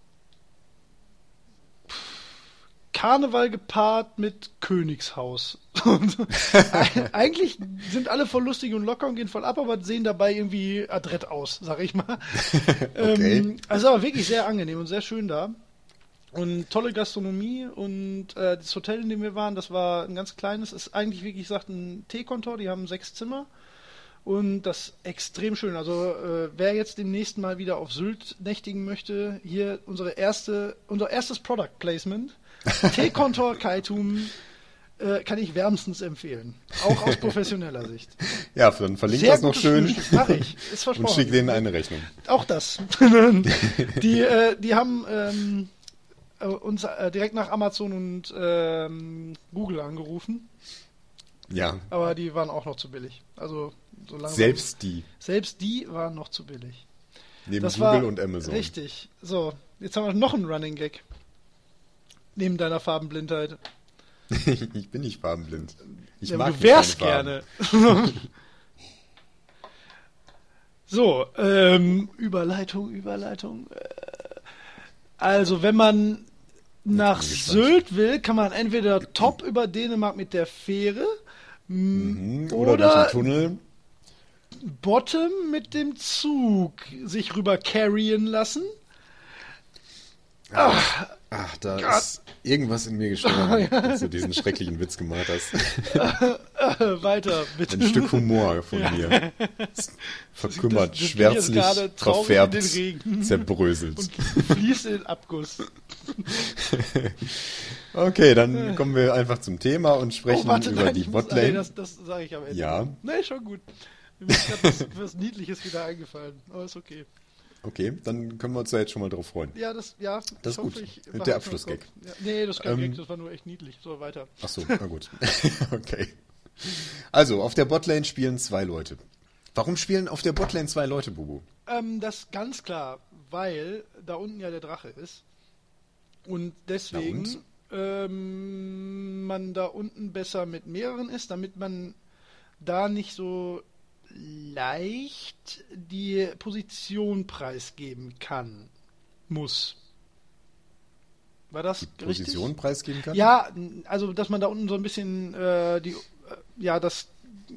Karneval gepaart mit Königshaus. Eigentlich sind alle voll lustig und locker und gehen voll ab, aber sehen dabei irgendwie adrett aus, sag ich mal. Okay. Also aber wirklich sehr angenehm und sehr schön da. Und tolle Gastronomie und das Hotel, in dem wir waren, das war ein ganz kleines, ist eigentlich, wie gesagt, ein Teekontor, die haben 6 Zimmer. Und das extrem schön. Also wer jetzt demnächst mal wieder auf Sylt nächtigen möchte, hier unser erstes Product Placement. Teekontor Kaitum kann ich wärmstens empfehlen. Auch aus professioneller Sicht. Ja, dann verlinkt das noch schön. Mach ich. Ist versprochen. Und schick denen eine Rechnung. Auch das. Die haben uns direkt nach Amazon und Google angerufen. Ja. Aber die waren auch noch zu billig. Also so langsam. Selbst die waren noch zu billig. neben Das Google war und Amazon. Richtig. So, jetzt haben wir noch einen Running Gag. Neben deiner Farbenblindheit. Ich bin nicht farbenblind. Ich Ja, mag du wärst keine Farben. gerne. So, Überleitung. Also, wenn man nach bin ich Sylt will, kann man entweder top über Dänemark mit der Fähre Oder durch den Tunnel. bottom mit dem Zug sich rüber carryen lassen. Ach, da Gott. ist irgendwas in mir gestorben, als du diesen schrecklichen Witz gemacht hast. Weiter, bitte. Ein Stück Humor von mir. Verkümmert, das Bier ist schwärzlich, gerade traurig verfärbt, in den Regen. zerbröselt. Und fließt in den Abguss. Okay, dann kommen wir einfach zum Thema und sprechen über nein, die ich muss- Botlane. nee, das sage ich am Ende. Ja. Nee, schon gut. Mir ist gerade was Niedliches wieder eingefallen. Aber ist okay. Okay, dann können wir uns da jetzt schon mal drauf freuen. Ja, das Das ist ich hoffe, gut. ich Der behalte Abschlussgag. das so. Ja, nee, das ist kein Gag, das war nur echt niedlich. So, weiter. Ach so, na gut. Okay. Also, auf der Botlane spielen 2 Leute. Warum spielen auf der Botlane 2 Leute, Bubu? Das ist ganz klar, weil da unten ja der Drache ist. Und deswegen man da unten besser mit mehreren ist, damit man da nicht so leicht die Position preisgeben muss. War das Die Position richtig? preisgeben kann? Ja, also dass man da unten so ein bisschen das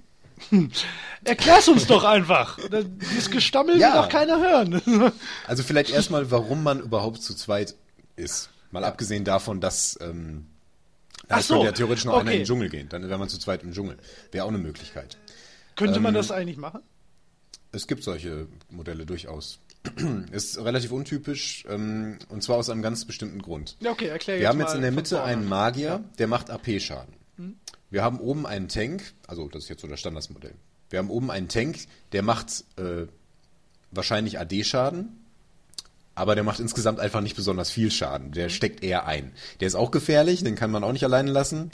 erklär's uns doch einfach. Dieses Gestammel will Ja. doch keiner hören. Also vielleicht erstmal, warum man überhaupt zu zweit ist. Mal abgesehen davon, dass da Ach so, könnte ja theoretisch noch einer okay. in den Dschungel gehen. Dann wäre man zu zweit im Dschungel. Wäre auch eine Möglichkeit. Könnte man das eigentlich machen? Es gibt solche Modelle durchaus. Ist relativ untypisch, und zwar aus einem ganz bestimmten Grund. Ja, okay, erklär Wir jetzt haben mal jetzt in der von Mitte vorne. einen Magier, der macht AP-Schaden. Wir haben oben einen Tank, also das ist jetzt so das Standardmodell. Wir haben oben einen Tank, der macht wahrscheinlich AD-Schaden, aber der macht insgesamt einfach nicht besonders viel Schaden. Der steckt eher ein. Der ist auch gefährlich, den kann man auch nicht alleine lassen,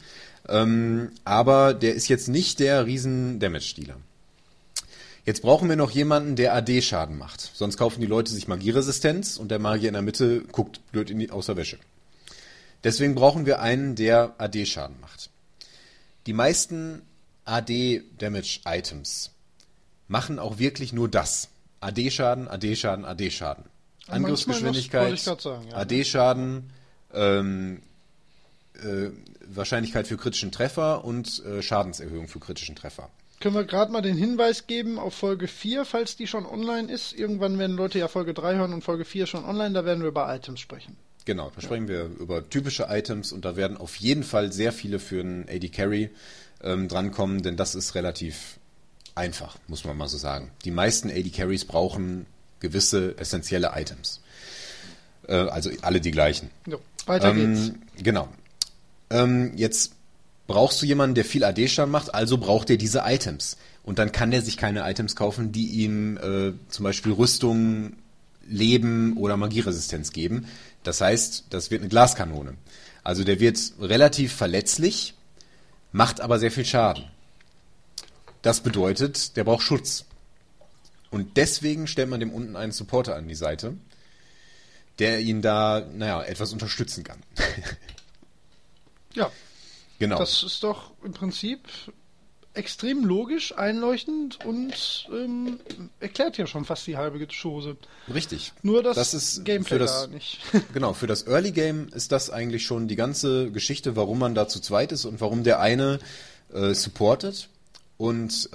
aber der ist jetzt nicht der Riesen-Damage-Dealer. Jetzt brauchen wir noch jemanden, der AD-Schaden macht. Sonst kaufen die Leute sich Magieresistenz und der Magier in der Mitte guckt blöd aus der Wäsche. Deswegen brauchen wir einen, der AD-Schaden macht. Die meisten AD-Damage-Items machen auch wirklich nur das. AD-Schaden, AD-Schaden, AD-Schaden. Angriffsgeschwindigkeit, wollte ich grad sagen, ja. AD-Schaden, Wahrscheinlichkeit für kritischen Treffer und Schadenserhöhung für kritischen Treffer. Können wir gerade mal den Hinweis geben auf Folge 4, falls die schon online ist. Irgendwann werden Leute ja Folge 3 hören und Folge 4 schon online, da werden wir über Items sprechen. Genau, da sprechen wir über typische Items und da werden auf jeden Fall sehr viele für einen AD Carry drankommen, denn das ist relativ einfach, muss man mal so sagen. Die meisten AD Carries brauchen gewisse essentielle Items. Also alle die gleichen. Jo, weiter geht's. Genau. Jetzt brauchst du jemanden, der viel AD-Schaden macht, also braucht er diese Items. Und dann kann er sich keine Items kaufen, die ihm zum Beispiel Rüstung, Leben oder Magieresistenz geben. Das heißt, das wird eine Glaskanone. Also der wird relativ verletzlich, macht aber sehr viel Schaden. Das bedeutet, der braucht Schutz. Und deswegen stellt man dem unten einen Supporter an die Seite, der ihn da, etwas unterstützen kann. Ja, Genau. das ist doch im Prinzip extrem logisch, einleuchtend und erklärt ja schon fast die halbe Chose. Richtig. Nur das ist Gameplay für das, da nicht. Genau, für das Early Game ist das eigentlich schon die ganze Geschichte, warum man da zu zweit ist und warum der eine supportet und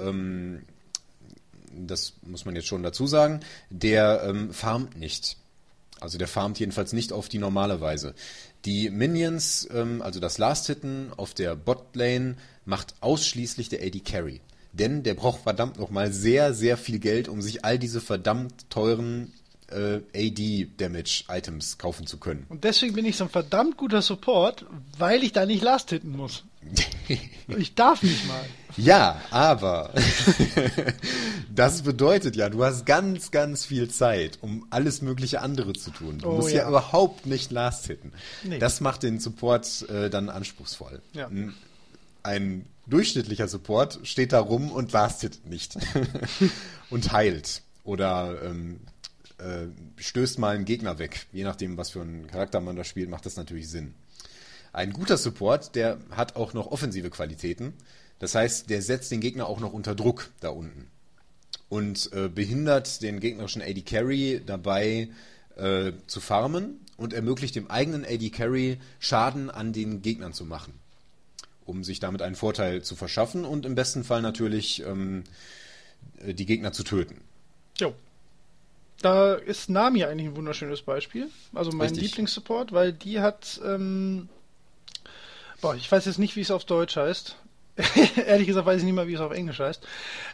das muss man jetzt schon dazu sagen, der farmt nicht. Also der farmt jedenfalls nicht auf die normale Weise. Die Minions, also das Last-Hitten auf der Botlane, macht ausschließlich der AD Carry. Denn der braucht verdammt nochmal sehr, sehr viel Geld, um sich all diese verdammt teuren AD-Damage-Items kaufen zu können. Und deswegen bin ich so ein verdammt guter Support, weil ich da nicht Last hitten muss. Ich darf nicht mal. Ja, aber Das bedeutet ja, du hast ganz, ganz viel Zeit, um alles mögliche andere zu tun. Du musst ja überhaupt nicht Last-Hitten. Nee. Das macht den Support dann anspruchsvoll. Ja. Ein durchschnittlicher Support steht da rum und Last-Hit nicht. Und heilt. Oder stößt mal einen Gegner weg. Je nachdem, was für einen Charakter man da spielt, macht das natürlich Sinn. Ein guter Support, der hat auch noch offensive Qualitäten. Das heißt, der setzt den Gegner auch noch unter Druck da unten. Und behindert den gegnerischen AD Carry dabei zu farmen und ermöglicht dem eigenen AD Carry Schaden an den Gegnern zu machen. Um sich damit einen Vorteil zu verschaffen und im besten Fall natürlich die Gegner zu töten. Jo. Da ist Nami eigentlich ein wunderschönes Beispiel. Also mein Lieblingssupport, weil die hat ich weiß jetzt nicht, wie es auf Deutsch heißt. Ehrlich gesagt weiß ich nicht mal, wie es auf Englisch heißt.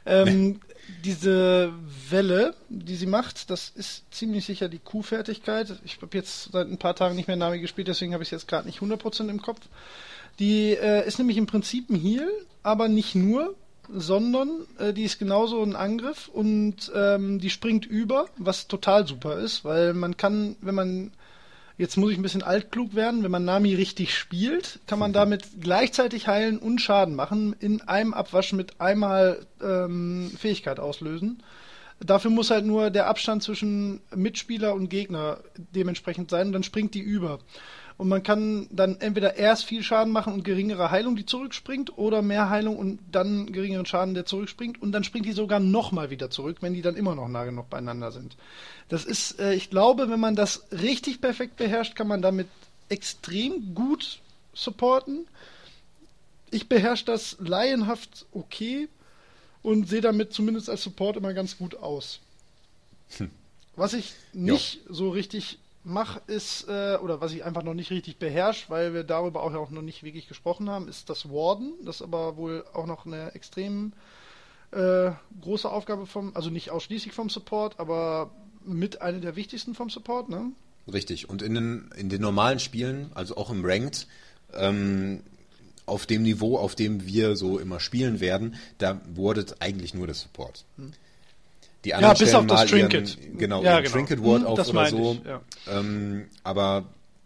Diese Welle, die sie macht, das ist ziemlich sicher die Q-Fertigkeit. Ich habe jetzt seit ein paar Tagen nicht mehr Nami gespielt, deswegen habe ich es jetzt gerade nicht 100% im Kopf. Die ist nämlich im Prinzip ein Heal, aber nicht nur, sondern die ist genauso ein Angriff und die springt über, was total super ist, weil man kann, wenn man, jetzt muss ich ein bisschen altklug werden, wenn man Nami richtig spielt, kann man damit gleichzeitig heilen und Schaden machen, in einem Abwasch mit einmal Fähigkeit auslösen. Dafür muss halt nur der Abstand zwischen Mitspieler und Gegner dementsprechend sein und dann springt die über. Und man kann dann entweder erst viel Schaden machen und geringere Heilung, die zurückspringt, oder mehr Heilung und dann geringeren Schaden, der zurückspringt. Und dann springt die sogar nochmal wieder zurück, wenn die dann immer noch nah genug beieinander sind. Das ist, ich glaube, wenn man das richtig perfekt beherrscht, kann man damit extrem gut supporten. Ich beherrsche das laienhaft okay und sehe damit zumindest als Support immer ganz gut aus. Was ich nicht so richtig mache, ist, oder was ich einfach noch nicht richtig beherrsche, weil wir darüber auch noch nicht wirklich gesprochen haben, ist das Warden. Das ist aber wohl auch noch eine extrem große Aufgabe also nicht ausschließlich vom Support, aber mit einer der wichtigsten vom Support, ne? Richtig. Und in den normalen Spielen, also auch im Ranked, auf dem Niveau, auf dem wir so immer spielen werden, da wardet eigentlich nur der Support. Die anderen bis stellen auf das Trinket. Genau, Trinket Ward auf oder so. Ich, ja. Aber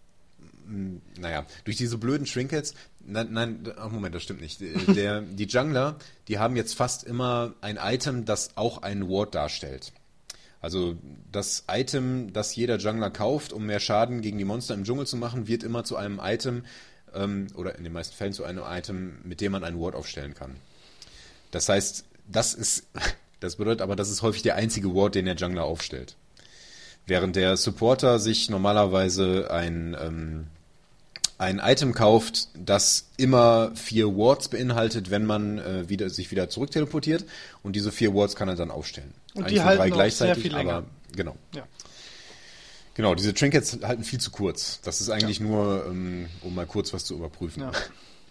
naja, durch diese blöden Trinkets, Moment, das stimmt nicht. Die Jungler, die haben jetzt fast immer ein Item, das auch einen Ward darstellt. Also das Item, das jeder Jungler kauft, um mehr Schaden gegen die Monster im Dschungel zu machen, wird immer zu einem Item, oder in den meisten Fällen zu einem Item, mit dem man einen Ward aufstellen kann. Das heißt, das bedeutet aber, das ist häufig der einzige Ward, den der Jungler aufstellt. Während der Supporter sich normalerweise ein Item kauft, das immer 4 Wards beinhaltet, wenn man sich wieder zurückteleportiert. Und diese 4 Wards kann er dann aufstellen. Und die halten 3 gleichzeitig, sehr viel länger. Aber genau. Ja. Genau, diese Trinkets halten viel zu kurz. Das ist eigentlich nur, um mal kurz was zu überprüfen. Ja.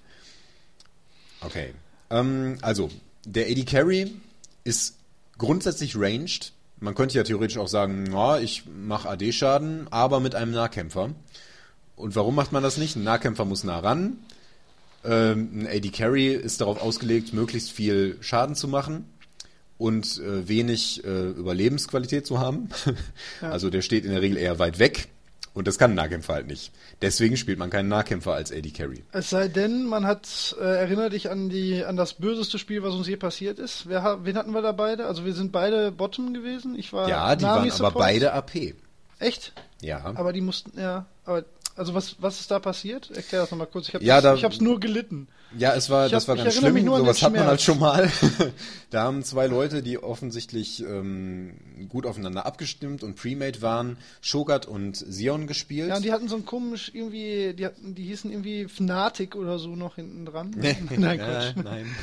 Okay. Also, der AD Carry ist grundsätzlich ranged. Man könnte ja theoretisch auch sagen, ich mache AD-Schaden, aber mit einem Nahkämpfer. Und warum macht man das nicht? Ein Nahkämpfer muss nah ran. Ein AD Carry ist darauf ausgelegt, möglichst viel Schaden zu machen und wenig Überlebensqualität zu haben. Ja. Also der steht in der Regel eher weit weg. Und das kann ein Nahkämpfer halt nicht. Deswegen spielt man keinen Nahkämpfer als AD Carry. Es sei denn, man hat, erinnere dich an das böseste Spiel, was uns je passiert ist. Wen hatten wir da beide? Also wir sind beide Bottom gewesen. Ich war ja, die waren aber beide AP. Echt? Ja. Aber die mussten, also was ist da passiert? Erklär das nochmal kurz. Ich hab's nur gelitten. Ja, das war ganz schlimm. Sowas hat man halt schon mal. Da haben 2 Leute, die offensichtlich gut aufeinander abgestimmt und Premade waren, Shogat und Sion gespielt. Ja, und die hatten so ein komisch irgendwie, die hießen irgendwie Fnatic oder so noch hinten dran. Nein, Quatsch.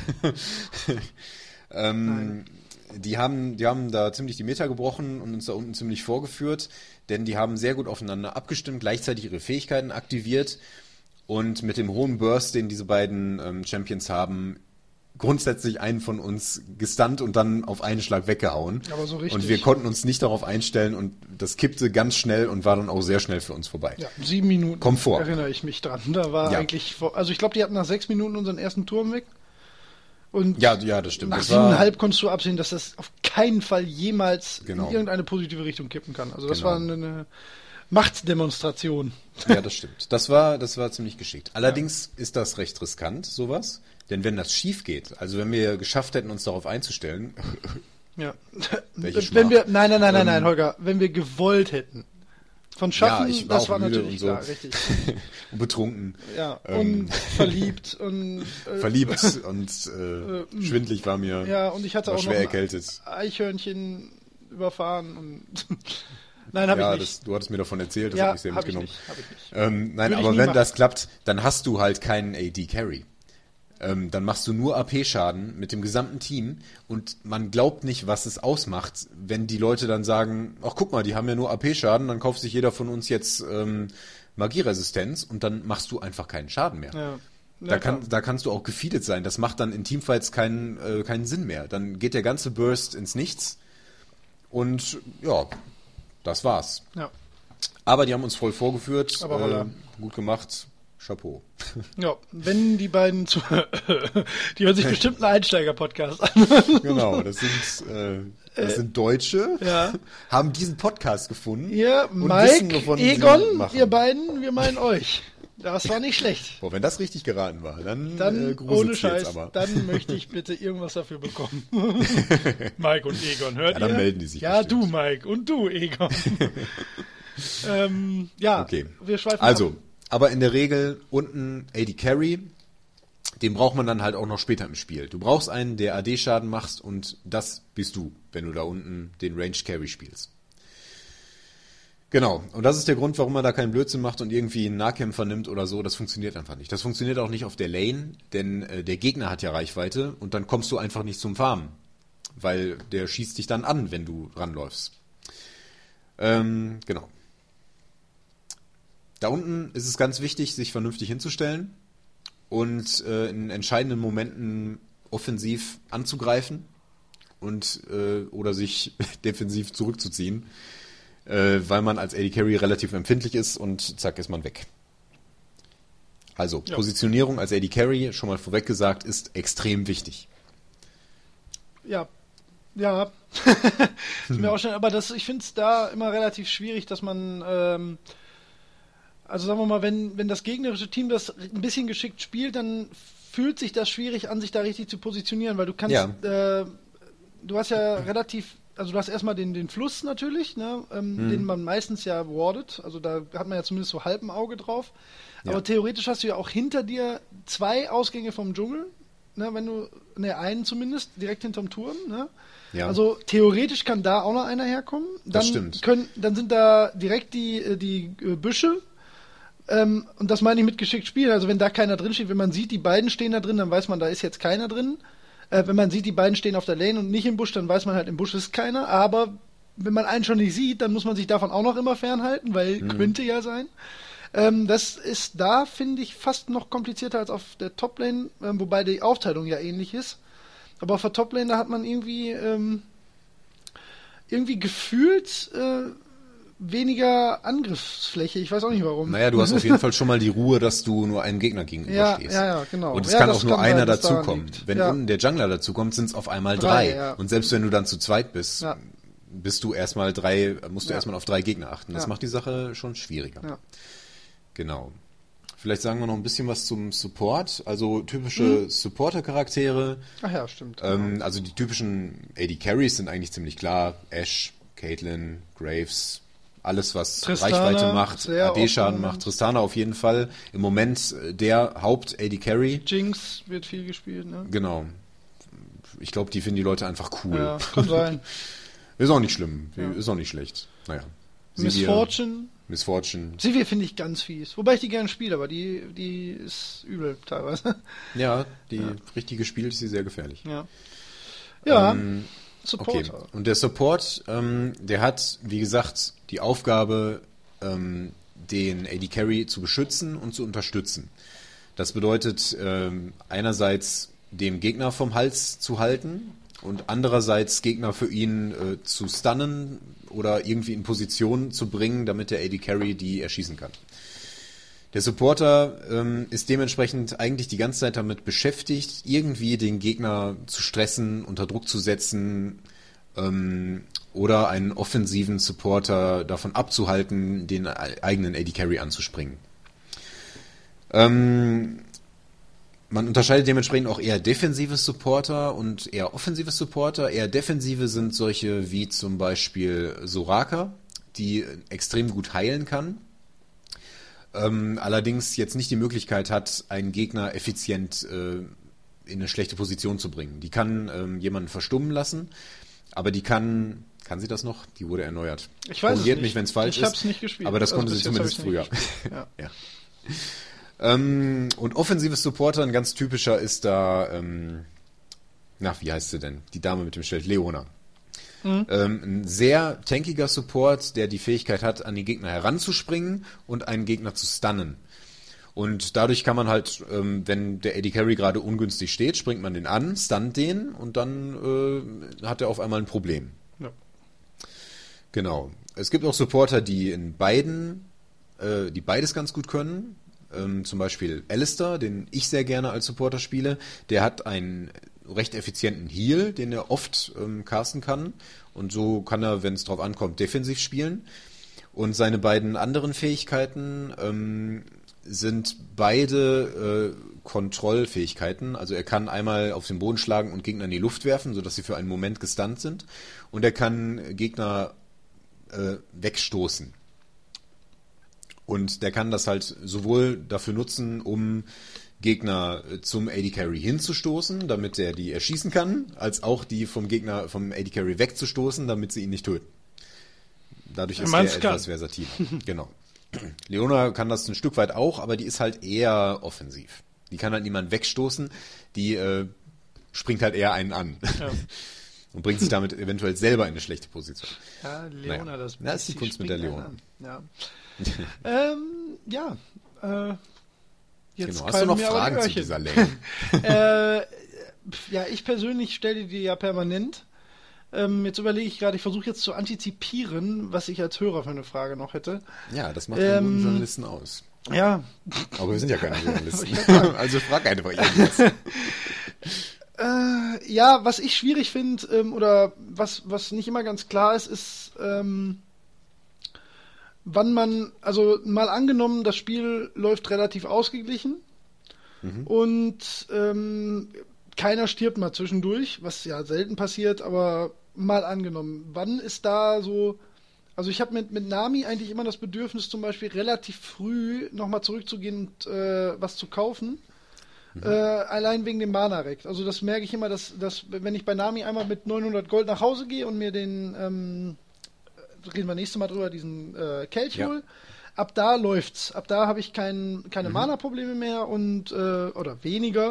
Nein. Die haben da ziemlich die Meter gebrochen und uns da unten ziemlich vorgeführt, denn die haben sehr gut aufeinander abgestimmt, gleichzeitig ihre Fähigkeiten aktiviert und mit dem hohen Burst, den diese beiden Champions haben, grundsätzlich einen von uns gestunt und dann auf einen Schlag weggehauen. Aber so richtig. Und wir konnten uns nicht darauf einstellen und das kippte ganz schnell und war dann auch sehr schnell für uns vorbei. Ja, 7 Minuten. Kommt vor. Erinnere ich mich dran. Da war eigentlich, also ich glaube, die hatten nach 6 Minuten unseren ersten Turm weg. Und Ja, das stimmt. nach Das war, 7,5 konntest du absehen, dass das auf keinen Fall jemals Genau. in irgendeine positive Richtung kippen kann. Also das Genau. war eine Machtdemonstration. ja, das stimmt. Das war ziemlich geschickt. Allerdings ist das recht riskant, sowas. Denn wenn das schief geht, also wenn wir geschafft hätten, uns darauf einzustellen, Ja. Welche Wenn wir, Schmach. nein, Holger, wenn wir gewollt hätten. Von Schaffen, ich war das auch war müde natürlich und so. klar, richtig. und betrunken, Ja, und verliebt und verliebt und schwindlig war mir, ja, und ich hatte war auch schwer noch erkältet. ein Eichhörnchen überfahren und nein, habe ich nicht. Du hattest mir davon erzählt, das Ja, hat mich sehr hab ich mitgenommen. nicht, hab ich nicht. Nein, Würde ich aber nie wenn machen. das klappt, dann hast du halt keinen AD-Carry. Dann machst du nur AP-Schaden mit dem gesamten Team und man glaubt nicht, was es ausmacht, wenn die Leute dann sagen, ach guck mal, die haben ja nur AP-Schaden, dann kauft sich jeder von uns jetzt Magieresistenz und dann machst du einfach keinen Schaden mehr. Ja. Da kannst du auch gefeedet sein. Das macht dann in Teamfights keinen Sinn mehr. Dann geht der ganze Burst ins Nichts und ja, das war's. Ja. Aber die haben uns voll vorgeführt, Aber voilà. gut gemacht, Chapeau. Ja, wenn die beiden die hören sich bestimmt einen Einsteiger-Podcast an. Genau, das sind Deutsche, Ja. haben diesen Podcast gefunden. Ihr, und wissen, Mike, wovon sie Egon, machen. ihr beiden, wir meinen euch. Das war nicht schlecht. Boah, wenn das richtig geraten war, dann Dann, gruselt's ohne jetzt Scheiß, aber. dann möchte ich bitte irgendwas dafür bekommen. Mike und Egon, hört Ja, dann ihr? melden die sich Ja, bestimmt. du, Mike, und du, Egon. Ja, Okay. wir schweifen Also, ab. aber in der Regel unten AD Carry, den braucht man dann halt auch noch später im Spiel. Du brauchst einen, der AD-Schaden macht und das bist du, wenn du da unten den Range Carry spielst. Genau, und das ist der Grund, warum man da keinen Blödsinn macht und irgendwie einen Nahkämpfer nimmt oder so. Das funktioniert einfach nicht. Das funktioniert auch nicht auf der Lane, denn der Gegner hat ja Reichweite und dann kommst du einfach nicht zum Farmen, weil der schießt dich dann an, wenn du ranläufst. Genau. Da unten ist es ganz wichtig, sich vernünftig hinzustellen und in entscheidenden Momenten offensiv anzugreifen und oder sich defensiv zurückzuziehen, weil man als AD Carry relativ empfindlich ist und zack ist man weg. Also Ja. Positionierung als AD Carry, schon mal vorweg gesagt, ist extrem wichtig. Ja. Ja. Ist mir auch schon, aber ich finde es da immer relativ schwierig, dass man, also sagen wir mal, wenn das gegnerische Team das ein bisschen geschickt spielt, dann fühlt sich das schwierig an, sich da richtig zu positionieren, weil du kannst, Ja. du hast ja relativ, also du hast erstmal den Fluss natürlich, ne, den man meistens ja wardet, also da hat man ja zumindest so halb ein Auge drauf, Ja. aber theoretisch hast du ja auch hinter dir 2 Ausgänge vom Dschungel, ne, einen zumindest, direkt hinterm Turm, ne. Ja. Also theoretisch kann da auch noch einer herkommen. Dann Das stimmt. Dann sind da direkt die Büsche. Und das meine ich mit geschickt spielen. Also wenn da keiner drin steht, wenn man sieht, die beiden stehen da drin, dann weiß man, da ist jetzt keiner drin. Wenn man sieht, die beiden stehen auf der Lane und nicht im Busch, dann weiß man halt, im Busch ist keiner. Aber wenn man einen schon nicht sieht, dann muss man sich davon auch noch immer fernhalten, weil könnte ja sein. Das ist da, finde ich, fast noch komplizierter als auf der Toplane, wobei die Aufteilung ja ähnlich ist. Aber auf der Toplane, da hat man irgendwie gefühlt weniger Angriffsfläche. Ich weiß auch nicht warum. Naja, du hast auf jeden Fall schon mal die Ruhe, dass du nur einem Gegner gegenüberstehst. Ja, genau. Und es Ja, kann das auch nur kann einer sein, dass daran dazukommen. liegt. Wenn Ja. unten der Jungler dazukommt, sind es auf einmal 3. Ja. Und selbst wenn du dann zu zweit bist, Ja. musst du erstmal auf 3 Gegner achten. Das Ja. macht die Sache schon schwieriger. Ja. Genau. Vielleicht sagen wir noch ein bisschen was zum Support. Also typische Supporter-Charaktere. Ach ja, stimmt. Also die typischen AD-Carries sind eigentlich ziemlich klar. Ashe, Caitlyn, Graves, alles was Tristana, Reichweite macht, sehr AD-Schaden oft im macht. Tristana auf jeden Fall. Im Moment der Haupt-AD-Carry. Jinx wird viel gespielt, ne? Genau. Ich glaube, die finden die Leute einfach cool. Ja, kann sein. Ist auch nicht schlimm. Ja. Ist auch nicht schlecht. Naja. Miss Fortune. Fortune. Sivir finde ich ganz fies. Wobei ich die gerne spiele, aber die ist übel teilweise. Ja, die richtig gespielt ist sie sehr gefährlich. Ja, Okay. Supporter. Und der Support, der hat, wie gesagt, die Aufgabe, den AD Carry zu beschützen und zu unterstützen. Das bedeutet, einerseits dem Gegner vom Hals zu halten und andererseits Gegner für ihn zu stunnen oder irgendwie in Position zu bringen, damit der AD Carry die erschießen kann. Der Supporter ist dementsprechend eigentlich die ganze Zeit damit beschäftigt, irgendwie den Gegner zu stressen, unter Druck zu setzen oder einen offensiven Supporter davon abzuhalten, den eigenen AD Carry anzuspringen. Man unterscheidet dementsprechend auch eher defensive Supporter und eher offensive Supporter. Eher defensive sind solche wie zum Beispiel Soraka, die extrem gut heilen kann. Allerdings jetzt nicht die Möglichkeit hat, einen Gegner effizient in eine schlechte Position zu bringen. Die kann jemanden verstummen lassen, aber die kann sie das noch? Die wurde erneuert. Ich weiß Korrigiert es mich, nicht. wenn es falsch ist. Ich habe es nicht gespielt. Aber das konnte sie zumindest früher. Ja. Und offensives Supporter, ein ganz typischer ist da, wie heißt sie denn? Die Dame mit dem Schild, Leona. Ein sehr tankiger Support, der die Fähigkeit hat, an die Gegner heranzuspringen und einen Gegner zu stunnen. Und dadurch kann man halt, wenn der AD Carry gerade ungünstig steht, springt man den an, stunnt den und dann hat er auf einmal ein Problem. Ja. Genau. Es gibt auch Supporter, die die beides ganz gut können. Zum Beispiel Alistair, den ich sehr gerne als Supporter spiele. Der hat einen recht effizienten Heal, den er oft casten kann. Und so kann er, wenn es drauf ankommt, defensiv spielen. Und seine beiden anderen Fähigkeiten sind beide Kontrollfähigkeiten. Also er kann einmal auf den Boden schlagen und Gegner in die Luft werfen, sodass sie für einen Moment gestunt sind. Und er kann Gegner wegstoßen. Und der kann das halt sowohl dafür nutzen, um Gegner zum AD Carry hinzustoßen, damit er die erschießen kann, als auch die vom AD Carry wegzustoßen, damit sie ihn nicht töten. Dadurch ist er etwas versatil. Genau. Leona kann das ein Stück weit auch, aber die ist halt eher offensiv. Die kann halt niemanden wegstoßen, die springt halt eher einen an. Ja. Und bringt sich damit eventuell selber in eine schlechte Position. Ja, Leona, das ist die Kunst mit der Leona. Ja. Jetzt genau. Hast du noch Fragen zu dieser Lane? Ja, ich persönlich stelle die ja permanent. Jetzt überlege ich gerade, ich versuche jetzt zu antizipieren, was ich als Hörer für eine Frage noch hätte. Ja, das macht einen guten Journalisten aus. Ja. Aber wir sind ja keine Journalisten. Also frag einfach irgendwas. Ja, was ich schwierig finde, oder was nicht immer ganz klar ist, wann man, also mal angenommen, das Spiel läuft relativ ausgeglichen und keiner stirbt mal zwischendurch, was ja selten passiert, aber mal angenommen, wann ist da so, also ich habe mit Nami eigentlich immer das Bedürfnis, zum Beispiel relativ früh nochmal zurückzugehen und was zu kaufen. Allein wegen dem Mana-Rekt. Also das merke ich immer, dass wenn ich bei Nami einmal mit 900 Gold nach Hause gehe und mir den, reden wir nächstes Mal drüber, diesen Kelch hole, ab da läuft's. Ab da habe ich keine Mana-Probleme mehr und oder weniger.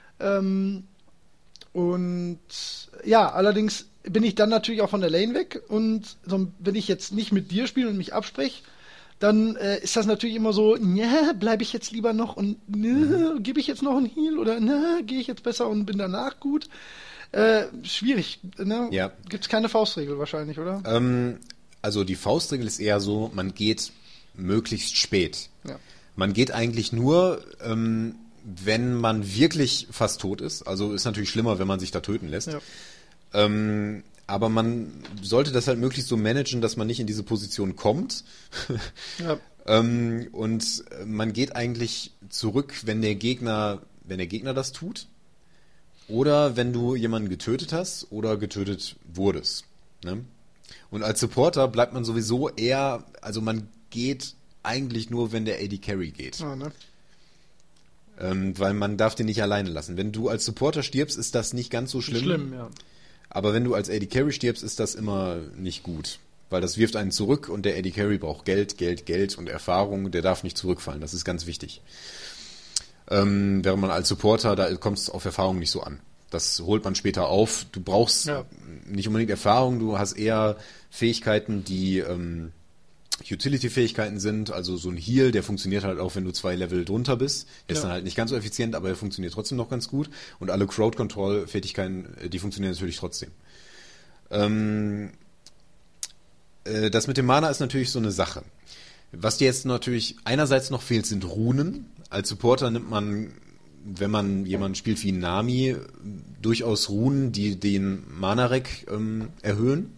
Und ja, allerdings bin ich dann natürlich auch von der Lane weg und so, wenn ich jetzt nicht mit dir spiele und mich abspreche, dann ist das natürlich immer so, bleibe ich jetzt lieber noch und gebe ich jetzt noch einen Heal oder gehe ich jetzt besser und bin danach gut. Schwierig, ne? Ja. Gibt es keine Faustregel wahrscheinlich, oder? Also die Faustregel ist eher so, man geht möglichst spät. Ja. Man geht eigentlich nur, wenn man wirklich fast tot ist. Also ist natürlich schlimmer, wenn man sich da töten lässt. Ja. Aber man sollte das halt möglichst so managen, dass man nicht in diese Position kommt. Ja. Und man geht eigentlich zurück, wenn der Gegner das tut. Oder wenn du jemanden getötet hast oder getötet wurdest. Ne? Und als Supporter bleibt man sowieso eher, also man geht eigentlich nur, wenn der AD Carry geht. Ja, ne? Weil man darf den nicht alleine lassen. Wenn du als Supporter stirbst, ist das nicht ganz so schlimm. Ja. Aber wenn du als AD Carry stirbst, ist das immer nicht gut. Weil das wirft einen zurück und der AD Carry braucht Geld und Erfahrung. Der darf nicht zurückfallen. Das ist ganz wichtig. Während man als Supporter, da kommt es auf Erfahrung nicht so an. Das holt man später auf. Du brauchst nicht unbedingt Erfahrung. Du hast eher Fähigkeiten, die Utility-Fähigkeiten sind. Also so ein Heal, der funktioniert halt auch, wenn du 2 Level drunter bist. Der ist dann halt nicht ganz so effizient, aber er funktioniert trotzdem noch ganz gut. Und alle Crowd-Control-Fähigkeiten, die funktionieren natürlich trotzdem. Das mit dem Mana ist natürlich so eine Sache. Was dir jetzt natürlich einerseits noch fehlt, sind Runen. Als Supporter nimmt man, wenn man jemanden spielt wie Nami, durchaus Runen, die den Mana-Rec erhöhen.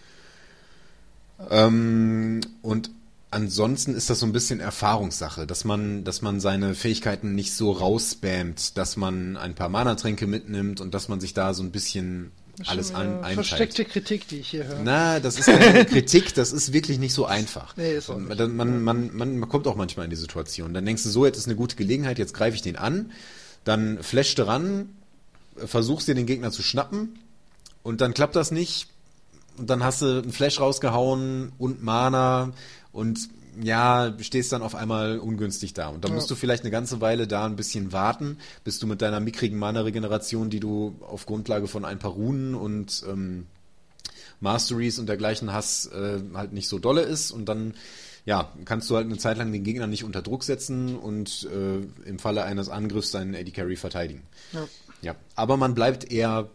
Und ansonsten ist das so ein bisschen Erfahrungssache, dass man seine Fähigkeiten nicht so rausspammt, dass man ein paar Mana-Tränke mitnimmt und dass man sich da so ein bisschen alles einteilt. Versteckte Kritik, die ich hier höre. Na, das ist keine Kritik, das ist wirklich nicht so einfach. Nee, ist auch nicht. Man kommt auch manchmal in die Situation. Dann denkst du so, jetzt ist eine gute Gelegenheit, jetzt greife ich den an, dann flashst du ran, versuchst dir den Gegner zu schnappen und dann klappt das nicht und dann hast du einen Flash rausgehauen und Mana und ja, stehst dann auf einmal ungünstig da. Und dann musst du vielleicht eine ganze Weile da ein bisschen warten, bis du mit deiner mickrigen Mana-Regeneration, die du auf Grundlage von ein paar Runen und Masteries und dergleichen hast, halt nicht so dolle ist. Und dann kannst du halt eine Zeit lang den Gegner nicht unter Druck setzen und im Falle eines Angriffs deinen AD Carry verteidigen. Ja. Aber man bleibt eher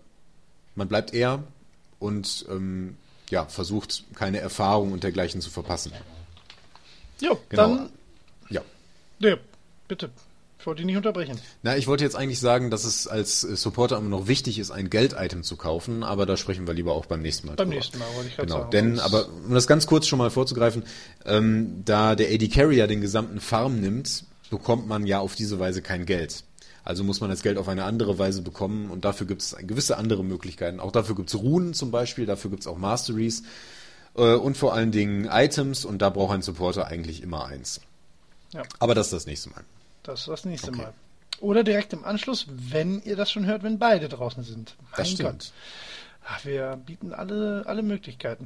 und versucht keine Erfahrung und dergleichen zu verpassen. Jo, Genau. dann... Ja. Nee, bitte. Ich wollte dich nicht unterbrechen. Na, ich wollte jetzt eigentlich sagen, dass es als Supporter immer noch wichtig ist, ein Geld-Item zu kaufen, aber da sprechen wir lieber auch beim nächsten Mal drüber. Nächsten Mal, wollte ich gerade Genau, sagen. denn, aber um das ganz kurz schon mal vorzugreifen, da der AD Carry ja den gesamten Farm nimmt, bekommt man ja auf diese Weise kein Geld. Also muss man das Geld auf eine andere Weise bekommen und dafür gibt es gewisse andere Möglichkeiten. Auch dafür gibt es Runen zum Beispiel, dafür gibt es auch Masteries und vor allen Dingen Items und da braucht ein Supporter eigentlich immer eins. Ja. Aber das ist das nächste Mal. Das ist das nächste Okay. Mal. Oder direkt im Anschluss, wenn ihr das schon hört, wenn beide draußen sind. Das Mein stimmt. Gott. Ach, wir bieten alle Möglichkeiten.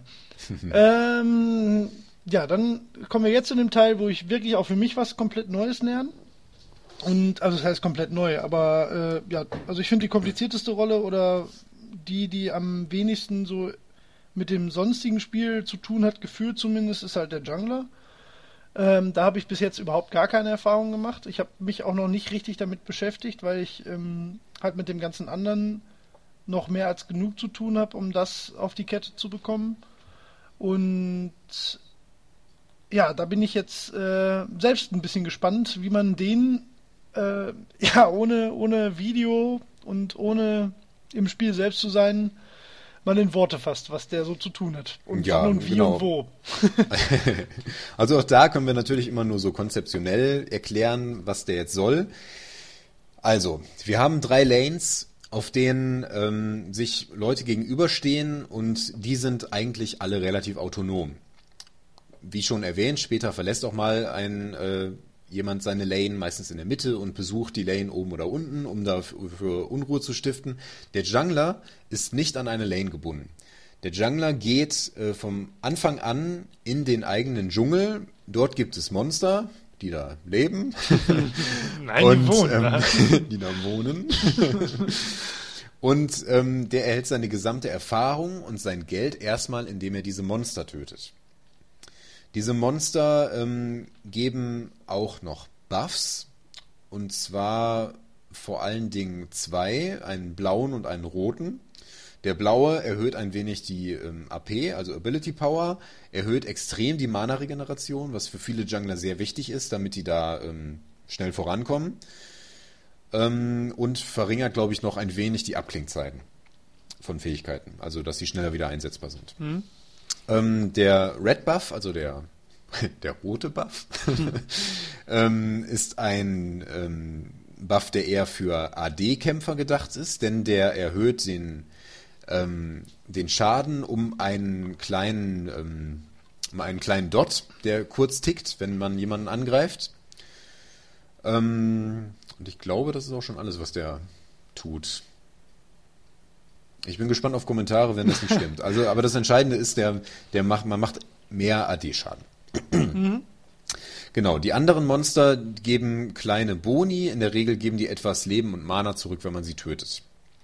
Dann kommen wir jetzt zu dem Teil, wo ich wirklich auch für mich was komplett Neues lerne. Und, also das heißt komplett neu, aber also ich finde die komplizierteste Rolle oder die am wenigsten so mit dem sonstigen Spiel zu tun hat, gefühlt zumindest, ist halt der Jungler. Da habe ich bis jetzt überhaupt gar keine Erfahrung gemacht. Ich habe mich auch noch nicht richtig damit beschäftigt, weil ich halt mit dem ganzen anderen noch mehr als genug zu tun habe, um das auf die Kette zu bekommen. Und ja, da bin ich jetzt selbst ein bisschen gespannt, wie man den ohne Video und ohne im Spiel selbst zu sein, mal in Worte fasst, was der so zu tun hat. Und Ja, wann und wie genau. und wo. Also auch da können wir natürlich immer nur so konzeptionell erklären, was der jetzt soll. Also, wir haben 3 Lanes, auf denen sich Leute gegenüberstehen und die sind eigentlich alle relativ autonom. Wie schon erwähnt, später verlässt auch mal jemand seine Lane, meistens in der Mitte, und besucht die Lane oben oder unten, um da für Unruhe zu stiften. Der Jungler ist nicht an eine Lane gebunden. Der Jungler geht vom Anfang an in den eigenen Dschungel. Dort gibt es Monster, die da leben. Nein, Und, die wohnen. die da wohnen. Und der erhält seine gesamte Erfahrung und sein Geld erstmal, indem er diese Monster tötet. Diese Monster geben auch noch Buffs, und zwar vor allen Dingen 2, einen blauen und einen roten. Der blaue erhöht ein wenig die AP, also Ability Power, erhöht extrem die Mana-Regeneration, was für viele Jungler sehr wichtig ist, damit die da schnell vorankommen. Und verringert, glaube ich, noch ein wenig die Abklingzeiten von Fähigkeiten, also dass sie schneller wieder einsetzbar sind. Der Red Buff, also der rote Buff, ist ein Buff, der eher für AD-Kämpfer gedacht ist, denn der erhöht den Schaden um einen kleinen Dot, der kurz tickt, wenn man jemanden angreift. Und ich glaube, das ist auch schon alles, was der tut. Ich bin gespannt auf Kommentare, wenn das nicht stimmt. Also, aber das Entscheidende ist, man macht mehr AD-Schaden. Genau, die anderen Monster geben kleine Boni. In der Regel geben die etwas Leben und Mana zurück, wenn man sie tötet.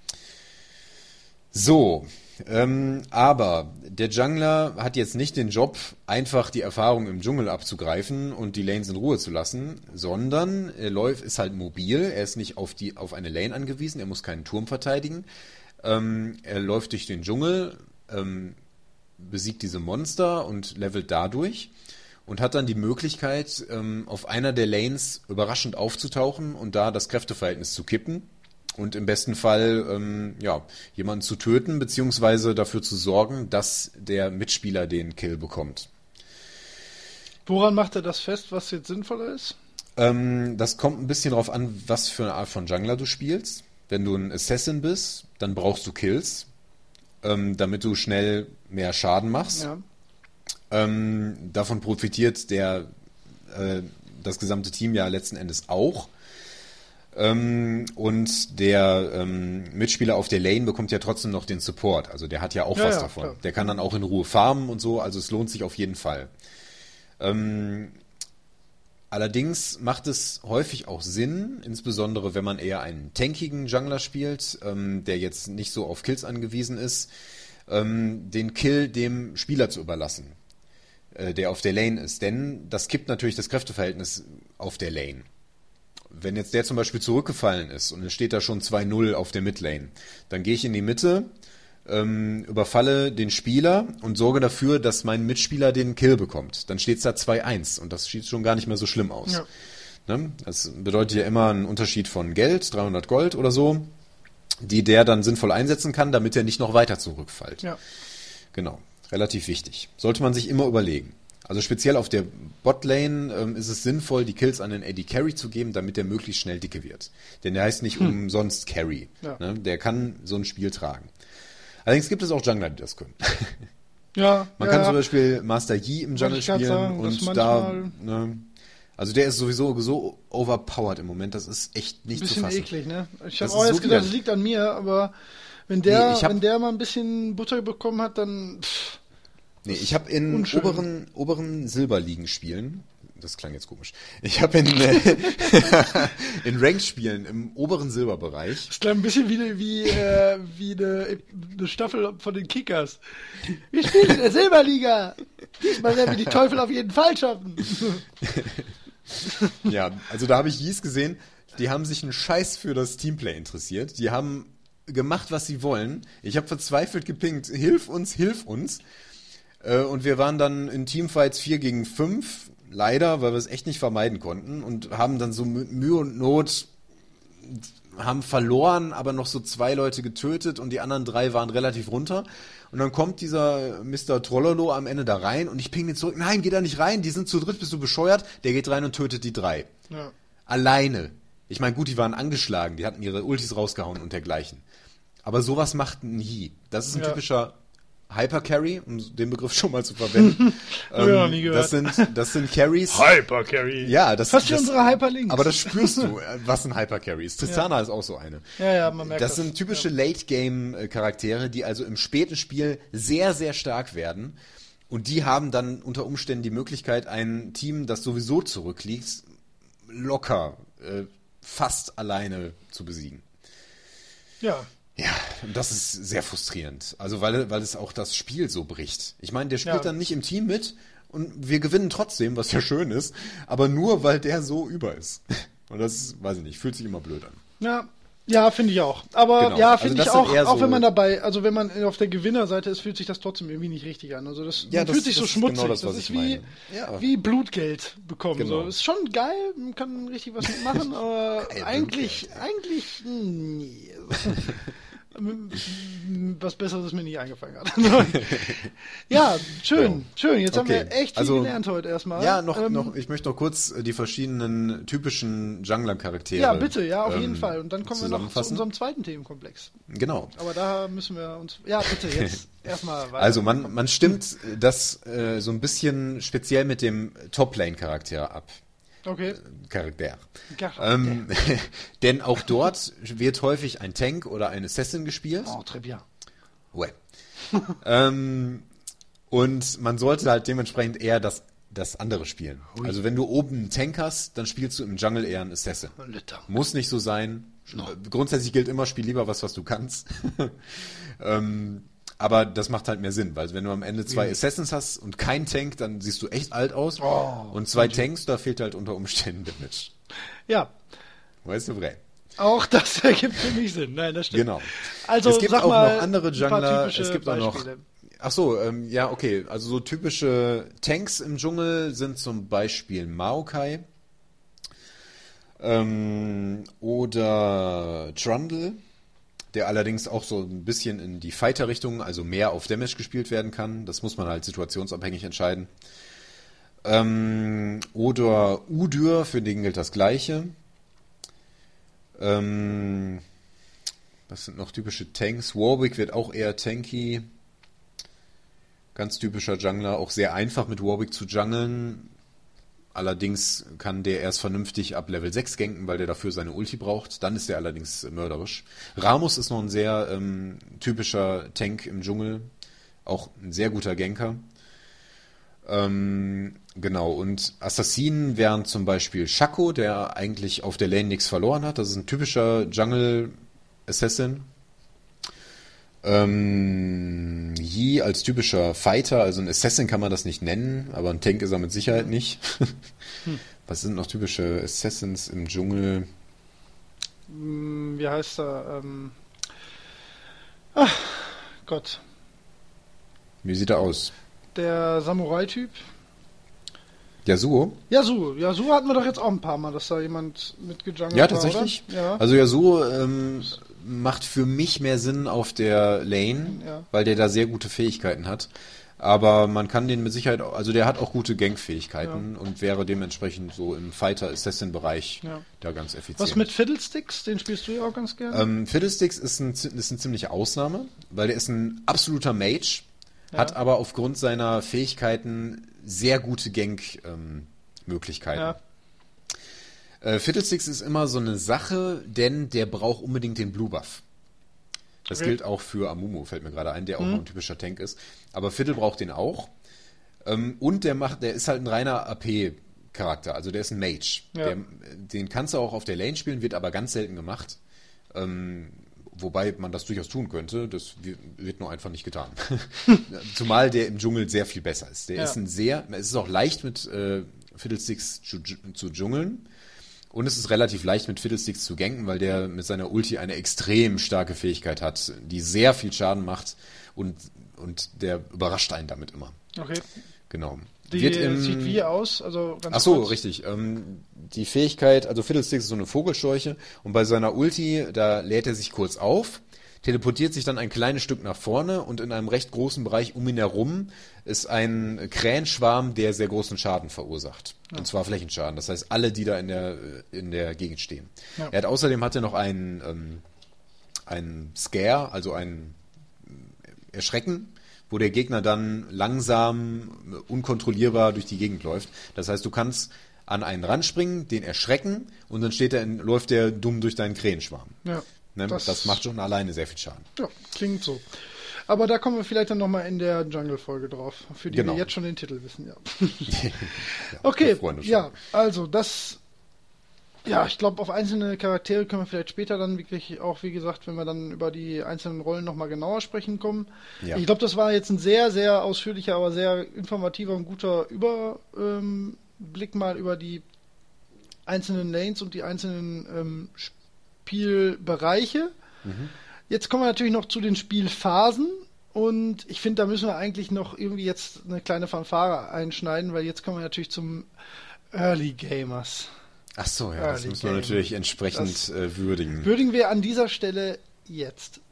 So, aber der Jungler hat jetzt nicht den Job, einfach die Erfahrung im Dschungel abzugreifen und die Lanes in Ruhe zu lassen, sondern ist halt mobil. Er ist nicht auf eine Lane angewiesen. Er muss keinen Turm verteidigen. Er läuft durch den Dschungel, besiegt diese Monster und levelt dadurch. und hat dann die Möglichkeit, auf einer der Lanes überraschend aufzutauchen und da das Kräfteverhältnis zu kippen und im besten Fall jemanden zu töten, beziehungsweise dafür zu sorgen, dass der Mitspieler den Kill bekommt. Woran macht er das fest, was jetzt sinnvoller ist? Das kommt ein bisschen darauf an, was für eine Art von Jungler du spielst. Wenn du ein Assassin bist, dann brauchst du Kills, damit du schnell mehr Schaden machst. Ja. Davon profitiert das gesamte Team ja letzten Endes auch. Und der Mitspieler auf der Lane bekommt ja trotzdem noch den Support. Also der hat ja auch was davon. Klar. Der kann dann auch in Ruhe farmen und so. Also es lohnt sich auf jeden Fall. Allerdings macht es häufig auch Sinn, insbesondere wenn man eher einen tankigen Jungler spielt, der jetzt nicht so auf Kills angewiesen ist, den Kill dem Spieler zu überlassen, der auf der Lane ist. Denn das kippt natürlich das Kräfteverhältnis auf der Lane. Wenn jetzt der zum Beispiel zurückgefallen ist und es steht da schon 2-0 auf der Midlane, dann gehe ich in die Mitte, überfalle den Spieler und sorge dafür, dass mein Mitspieler den Kill bekommt. Dann steht es da 2-1 und das sieht schon gar nicht mehr so schlimm aus. Ja. Ne? Das bedeutet ja immer einen Unterschied von Geld, 300 Gold oder so, die der dann sinnvoll einsetzen kann, damit er nicht noch weiter zurückfällt. Ja. Genau, relativ wichtig. Sollte man sich immer überlegen. Also speziell auf der Botlane ist es sinnvoll, die Kills an den AD Carry zu geben, damit der möglichst schnell dicke wird. Denn der heißt nicht umsonst Carry. Ja. Ne? Der kann so ein Spiel tragen. Allerdings gibt es auch Jungler, die das können. Ja. Man kann zum Beispiel Master Yi im Jungle spielen und da, ne, also der ist sowieso so overpowered im Moment, das ist echt nicht zu fassen. Ein bisschen eklig, ne? Ich habe auch jetzt gedacht, das liegt an mir, aber wenn der mal ein bisschen Butter bekommen hat, dann Nee, ich habe in oberen Silberligen-Spielen, das klang jetzt komisch, ich habe in Ranked-Spielen im oberen Silberbereich. Das klang ein bisschen wie eine Staffel von den Kickers. Wir spielen in der Silberliga. Diesmal werden wir die Teufel auf jeden Fall schaffen. Ja, also da habe ich Yeez gesehen, die haben sich einen Scheiß für das Teamplay interessiert. Die haben gemacht, was sie wollen. Ich habe verzweifelt gepinkt, hilf uns. Und wir waren dann in Teamfights 4 gegen 5, leider, weil wir es echt nicht vermeiden konnten und haben dann so mit Mühe und Not haben verloren, aber noch so 2 Leute getötet und die anderen 3 waren relativ runter. Und dann kommt dieser Mr. Trollolo am Ende da rein und ich ping den zurück. Nein, geh da nicht rein, die sind zu dritt, bist du bescheuert? Der geht rein und tötet die 3. Ja. Alleine. Ich meine, gut, die waren angeschlagen, die hatten ihre Ultis rausgehauen und dergleichen. Aber sowas macht ein Yi. Das ist ein typischer Hyper-Carry, um den Begriff schon mal zu verwenden. Noch nie gehört. Das sind Carries. Hyper-Carry. Ja, das ist unsere Hyperlinks. Aber das spürst du, was ein Hyper-Carry ist. Tristana ist auch so eine. Ja, man merkt das. Das sind typische Late-Game-Charaktere, die also im späten Spiel sehr, sehr stark werden. Und die haben dann unter Umständen die Möglichkeit, ein Team, das sowieso zurückliegt, locker, fast alleine zu besiegen. Ja. Ja, und das ist sehr frustrierend. Also weil es auch das Spiel so bricht. Ich meine, der spielt dann nicht im Team mit und wir gewinnen trotzdem, was ja schön ist, aber nur, weil der so über ist. Und das, weiß ich nicht, fühlt sich immer blöd an. Ja, finde ich auch. Aber genau. ja, finde ich auch wenn man dabei, also wenn man auf der Gewinnerseite ist, fühlt sich das trotzdem irgendwie nicht richtig an. Also das fühlt sich so schmutzig. Genau das ist wie Blutgeld bekommen. Genau. So. Ist schon geil, man kann richtig was mitmachen, aber eigentlich nie. Was Besseres ist mir nicht eingefallen gerade. Ja, schön. Jetzt haben wir echt viel gelernt heute erstmal. Ja, noch, ich möchte noch kurz die verschiedenen typischen Jungler-Charaktere. Ja, bitte, auf jeden Fall. Und dann kommen wir noch zu unserem zweiten Themenkomplex. Genau. Aber da müssen wir uns. Ja, bitte, jetzt erstmal weiter. Also man stimmt das so ein bisschen speziell mit dem Top-Lane-Charakter ab. Okay. Charakter. Denn auch dort wird häufig ein Tank oder ein Assassin gespielt. Oh, très bien. Ouais. Und man sollte halt dementsprechend eher das andere spielen. Ui. Also wenn du oben einen Tank hast, dann spielst du im Jungle eher einen Assassin. Muss nicht so sein. No. Grundsätzlich gilt immer, spiel lieber was du kannst. Aber das macht halt mehr Sinn, weil wenn du am Ende 2 Assassins hast und kein Tank, dann siehst du echt alt aus. Und 2 Tanks, da fehlt halt unter Umständen Damage. Ja. Weißt du, Bre? Auch das ergibt für mich Sinn. Nein, das stimmt. Genau. Also, es gibt auch noch andere Jungler. Es gibt auch noch Ach so, ja, okay. Also so typische Tanks im Dschungel sind zum Beispiel Maokai oder Trundle, der allerdings auch so ein bisschen in die Fighter-Richtung, also mehr auf Damage gespielt werden kann. Das muss man halt situationsabhängig entscheiden. Oder Udyr, für den gilt das Gleiche. Was sind noch typische Tanks? Warwick wird auch eher tanky. Ganz typischer Jungler, auch sehr einfach mit Warwick zu jungeln. Allerdings kann der erst vernünftig ab Level 6 ganken, weil der dafür seine Ulti braucht. Dann ist der allerdings mörderisch. Rammus ist noch ein sehr typischer Tank im Dschungel. Auch ein sehr guter Ganker. Genau, und Assassinen wären zum Beispiel Shaco, der eigentlich auf der Lane nichts verloren hat. Das ist ein typischer Jungle-Assassin. Yi als typischer Fighter, also ein Assassin kann man das nicht nennen, aber ein Tank ist er mit Sicherheit nicht. Was sind noch typische Assassins im Dschungel? Wie heißt er? Ach, Gott. Wie sieht er aus? Der Samurai-Typ. Yasuo? Yasuo hatten wir doch jetzt auch ein paar Mal, dass da jemand mitgejungelt Ja, war, tatsächlich. Oder? Ja. Also Yasuo macht für mich mehr Sinn auf der Lane, weil der da sehr gute Fähigkeiten hat. Aber man kann den mit Sicherheit, also der hat auch gute Gankfähigkeiten und wäre dementsprechend so im Fighter-Assassin-Bereich da ganz effizient. Was mit Fiddlesticks? Den spielst du ja auch ganz gerne. Fiddlesticks ist eine ziemliche Ausnahme, weil der ist ein absoluter Mage, hat aber aufgrund seiner Fähigkeiten sehr gute Gank-Möglichkeiten. Fiddlesticks ist immer so eine Sache, denn der braucht unbedingt den Blue Buff. Das gilt auch für Amumu, fällt mir gerade ein, der auch noch ein typischer Tank ist. Aber Fiddle braucht den auch. Und der ist halt ein reiner AP-Charakter, also der ist ein Mage. Ja. Den kannst du auch auf der Lane spielen, wird aber ganz selten gemacht. Wobei man das durchaus tun könnte, das wird nur einfach nicht getan. Zumal der im Dschungel sehr viel besser ist. Es ist auch leicht mit Fiddlesticks zu dschungeln. Und es ist relativ leicht mit Fiddlesticks zu ganken, weil der mit seiner Ulti eine extrem starke Fähigkeit hat, die sehr viel Schaden macht und der überrascht einen damit immer. Okay. Genau. Die sieht wie aus? Also ganz Ach so, kurz. richtig. Die Fähigkeit, also Fiddlesticks ist so eine Vogelscheuche und bei seiner Ulti, da lädt er sich kurz auf, teleportiert sich dann ein kleines Stück nach vorne und in einem recht großen Bereich um ihn herum ist ein Krähenschwarm, der sehr großen Schaden verursacht. Ja. Und zwar Flächenschaden. Das heißt, alle, die da in der Gegend stehen. Ja. Außerdem hat er noch einen Scare, also ein Erschrecken, wo der Gegner dann langsam, unkontrollierbar durch die Gegend läuft. Das heißt, du kannst an einen ranspringen, den erschrecken und dann läuft der dumm durch deinen Krähenschwarm. Ja. Ne? Das macht schon alleine sehr viel Schaden. Ja, klingt so. Aber da kommen wir vielleicht dann nochmal in der Jungle-Folge drauf, für die wir jetzt schon den Titel wissen. Ja. Okay, also das... Ja, ich glaube, auf einzelne Charaktere können wir vielleicht später dann wirklich auch, wie gesagt, wenn wir dann über die einzelnen Rollen nochmal genauer sprechen kommen. Ja. Ich glaube, das war jetzt ein sehr, sehr ausführlicher, aber sehr informativer und guter Überblick mal über die einzelnen Lanes und die einzelnen Spielbereiche. Mhm. Jetzt kommen wir natürlich noch zu den Spielphasen und ich finde, da müssen wir eigentlich noch irgendwie jetzt eine kleine Fanfare einschneiden, weil jetzt kommen wir natürlich zum Early Gamers. Ach so, ja, das müssen wir natürlich entsprechend würdigen. Würdigen wir an dieser Stelle jetzt.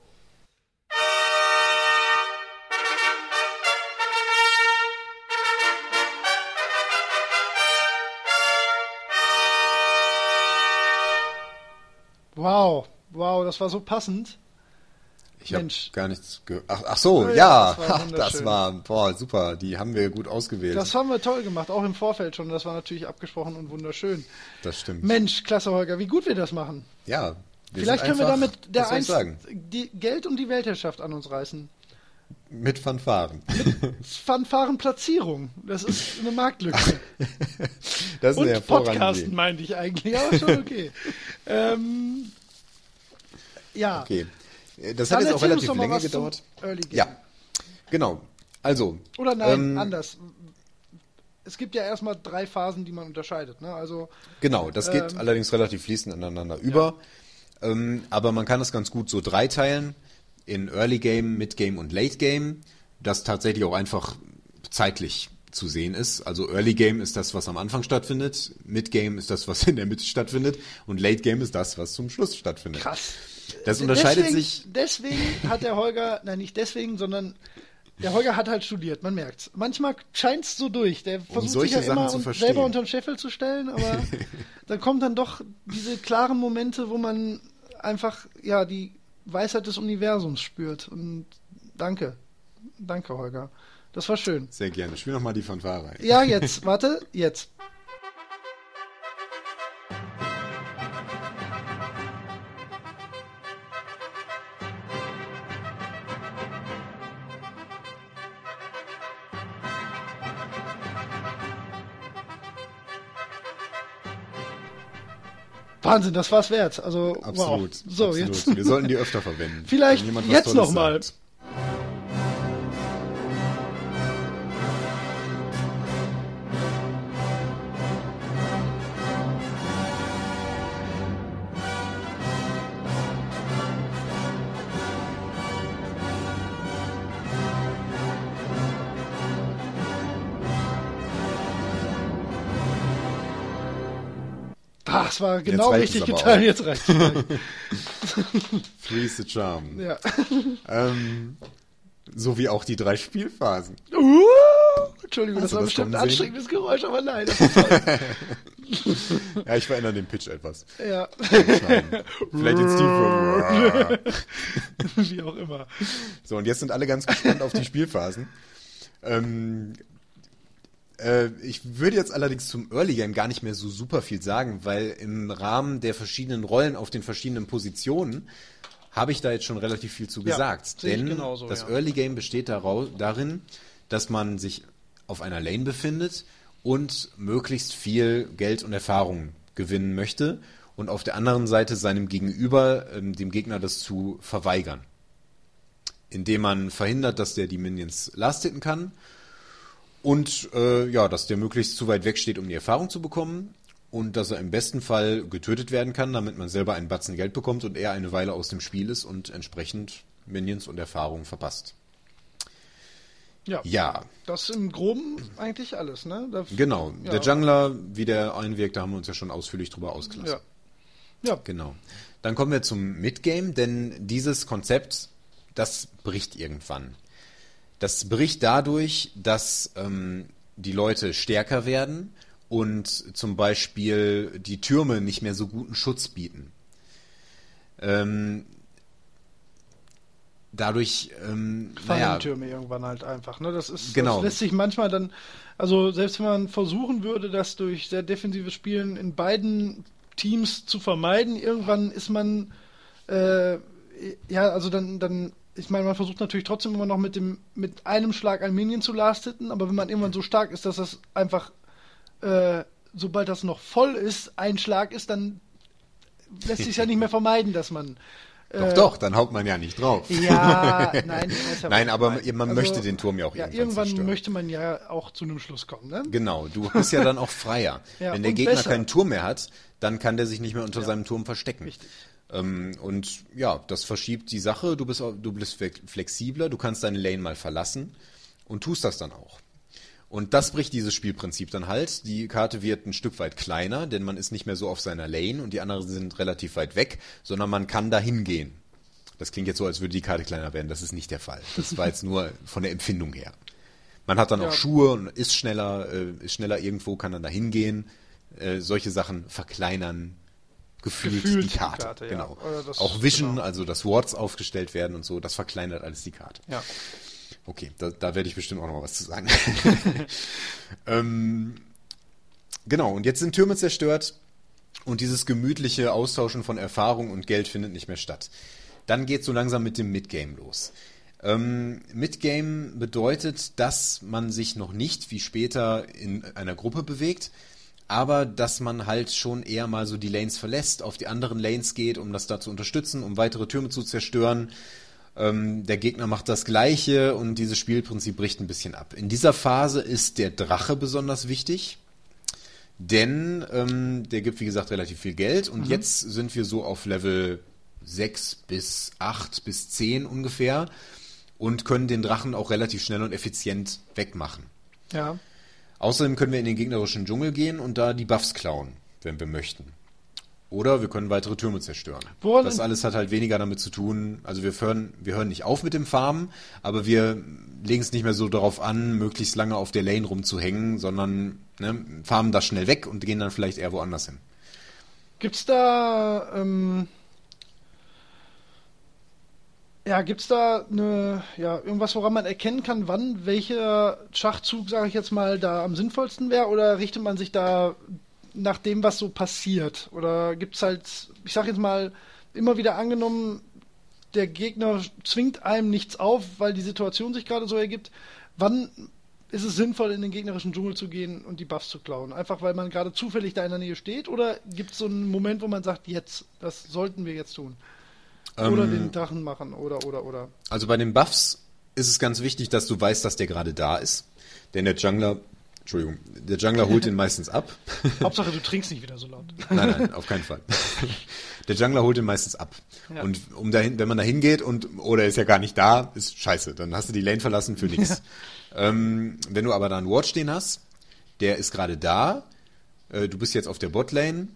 Wow, das war so passend. Ich habe gar nichts gehört. Ach so, ja, das war super. Die haben wir gut ausgewählt. Das haben wir toll gemacht, auch im Vorfeld schon. Das war natürlich abgesprochen und wunderschön. Das stimmt. Mensch, klasse, Holger, wie gut wir das machen. Ja. Vielleicht können wir damit die Geld und die Weltherrschaft an uns reißen. Mit Fanfaren. Mit Fanfarenplatzierung. Das ist eine Marktlücke. Das ist und eine hervorragende Podcasten meinte ich eigentlich, aber schon okay. Ja. Okay. Das hat jetzt auch relativ lange gedauert. Ja, genau. Also. Oder nein, anders. Es gibt ja erstmal 3 Phasen, die man unterscheidet. Ne? Also, genau, das geht allerdings relativ fließend ineinander über. Aber man kann es ganz gut so dreiteilen in Early Game, Mid Game und Late Game. das tatsächlich auch einfach zeitlich zu sehen ist. Also Early Game ist das, was am Anfang stattfindet, Mid Game ist das, was in der Mitte stattfindet und Late Game ist das, was zum Schluss stattfindet. Krass. Das unterscheidet sich. Deswegen hat der Holger, nein, nicht deswegen, sondern der Holger hat halt studiert, man merkt's. Manchmal scheint's so durch. Der versucht sich ja immer selber unter den Scheffel zu stellen, aber dann kommen dann doch diese klaren Momente, wo man einfach, ja, die Weisheit des Universums spürt. Und danke. Danke, Holger. Das war schön. Sehr gerne. Spiel nochmal die Fanfare. Ja, jetzt. Warte, jetzt. Wahnsinn, das war's wert. Also, absolut. Wow. So, absolut. Jetzt. Wir sollten die öfter verwenden. Vielleicht jetzt nochmal. Das war genau richtig getan, jetzt reicht Three's the Charm. Ja. So wie auch die 3 Spielphasen. Entschuldigung, das war bestimmt ein anstrengendes Geräusch, aber nein, das ist toll. Ja, ich verändere den Pitch etwas. Ja. Vielleicht jetzt tiefer. Wie auch immer. So, und jetzt sind alle ganz gespannt auf die Spielphasen. Ich würde jetzt allerdings zum Early Game gar nicht mehr so super viel sagen, weil im Rahmen der verschiedenen Rollen auf den verschiedenen Positionen habe ich da jetzt schon relativ viel zu gesagt. Denn genauso, das Early Game besteht darin, dass man sich auf einer Lane befindet und möglichst viel Geld und Erfahrung gewinnen möchte und auf der anderen Seite seinem Gegenüber, dem Gegner, das zu verweigern. Indem man verhindert, dass der die Minions last-hitten kann und dass der möglichst zu weit weg steht, um die Erfahrung zu bekommen und dass er im besten Fall getötet werden kann, damit man selber einen Batzen Geld bekommt und er eine Weile aus dem Spiel ist und entsprechend Minions und Erfahrung verpasst. Ja. Das im Groben eigentlich alles, ne? Genau. Ja. Der Jungler, wie der einwirkt, da haben wir uns ja schon ausführlich drüber ausgelassen. Ja. Genau. Dann kommen wir zum Midgame, denn dieses Konzept, das bricht irgendwann. Das bricht dadurch, dass die Leute stärker werden und zum Beispiel die Türme nicht mehr so guten Schutz bieten. Dadurch fallen Türme irgendwann halt einfach. Ne? Das genau. Das lässt sich manchmal dann, also selbst wenn man versuchen würde, das durch sehr defensives Spielen in beiden Teams zu vermeiden, irgendwann ist man also dann ich meine, man versucht natürlich trotzdem immer noch mit einem Schlag ein Minion zu last-hitten, aber wenn man irgendwann so stark ist, dass das einfach sobald das noch voll ist, ein Schlag ist, dann lässt sich ja nicht mehr vermeiden, dass man Doch, dann haut man ja nicht drauf. Ja, nein. Nein, aber man möchte den Turm ja auch irgendwann zerstören. Möchte man ja auch zu einem Schluss kommen, ne? Genau, du bist ja dann auch freier. Wenn der Gegner keinen Turm mehr hat, dann kann der sich nicht mehr unter seinem Turm verstecken. Richtig. Und ja, das verschiebt die Sache, du bist flexibler, du kannst deine Lane mal verlassen und tust das dann auch. Und das bricht dieses Spielprinzip dann halt. Die Karte wird ein Stück weit kleiner, denn man ist nicht mehr so auf seiner Lane und die anderen sind relativ weit weg, sondern man kann da hingehen. Das klingt jetzt so, als würde die Karte kleiner werden. Das ist nicht der Fall. Das war jetzt nur von der Empfindung her. Man hat dann auch Schuhe und ist schneller irgendwo, kann dann da hingehen. Solche Sachen verkleinern gefühlt die Karte. Genau. Auch Vision, also dass Wards aufgestellt werden und so, das verkleinert alles die Karte. Ja. Okay, da werde ich bestimmt auch noch was zu sagen. Genau, und jetzt sind Türme zerstört und dieses gemütliche Austauschen von Erfahrung und Geld findet nicht mehr statt. Dann geht so langsam mit dem Midgame los. Midgame bedeutet, dass man sich noch nicht wie später in einer Gruppe bewegt, aber dass man halt schon eher mal so die Lanes verlässt, auf die anderen Lanes geht, um das da zu unterstützen, um weitere Türme zu zerstören. Der Gegner macht das Gleiche und dieses Spielprinzip bricht ein bisschen ab. In dieser Phase ist der Drache besonders wichtig, denn der gibt, wie gesagt, relativ viel Geld und jetzt sind wir so auf Level 6 bis 8 bis 10 ungefähr und können den Drachen auch relativ schnell und effizient wegmachen. Ja. Außerdem können wir in den gegnerischen Dschungel gehen und da die Buffs klauen, wenn wir möchten. Oder wir können weitere Türme zerstören. Das alles hat halt weniger damit zu tun, also wir hören nicht auf mit dem Farmen, aber wir legen es nicht mehr so darauf an, möglichst lange auf der Lane rumzuhängen, sondern farmen das schnell weg und gehen dann vielleicht eher woanders hin. Gibt's da irgendwas, woran man erkennen kann, wann welcher Schachzug, sage ich jetzt mal, da am sinnvollsten wäre? Oder richtet man sich da nach dem, was so passiert? Oder gibt's halt, ich sage jetzt mal, immer wieder angenommen, der Gegner zwingt einem nichts auf, weil die Situation sich gerade so ergibt. Wann ist es sinnvoll, in den gegnerischen Dschungel zu gehen und die Buffs zu klauen? Einfach, weil man gerade zufällig da in der Nähe steht? Oder gibt es so einen Moment, wo man sagt, jetzt, das sollten wir jetzt tun? Oder den Drachen machen, oder. Also bei den Buffs ist es ganz wichtig, dass du weißt, dass der gerade da ist. Denn der Jungler holt den meistens ab. Hauptsache, du trinkst nicht wieder so laut. Nein, auf keinen Fall. Der Jungler holt den meistens ab. Ja. Und wenn man da hingeht oder ist ja gar nicht da, ist scheiße. Dann hast du die Lane verlassen für nichts. Ja. Wenn du aber da einen Ward stehen hast, der ist gerade da, du bist jetzt auf der Botlane,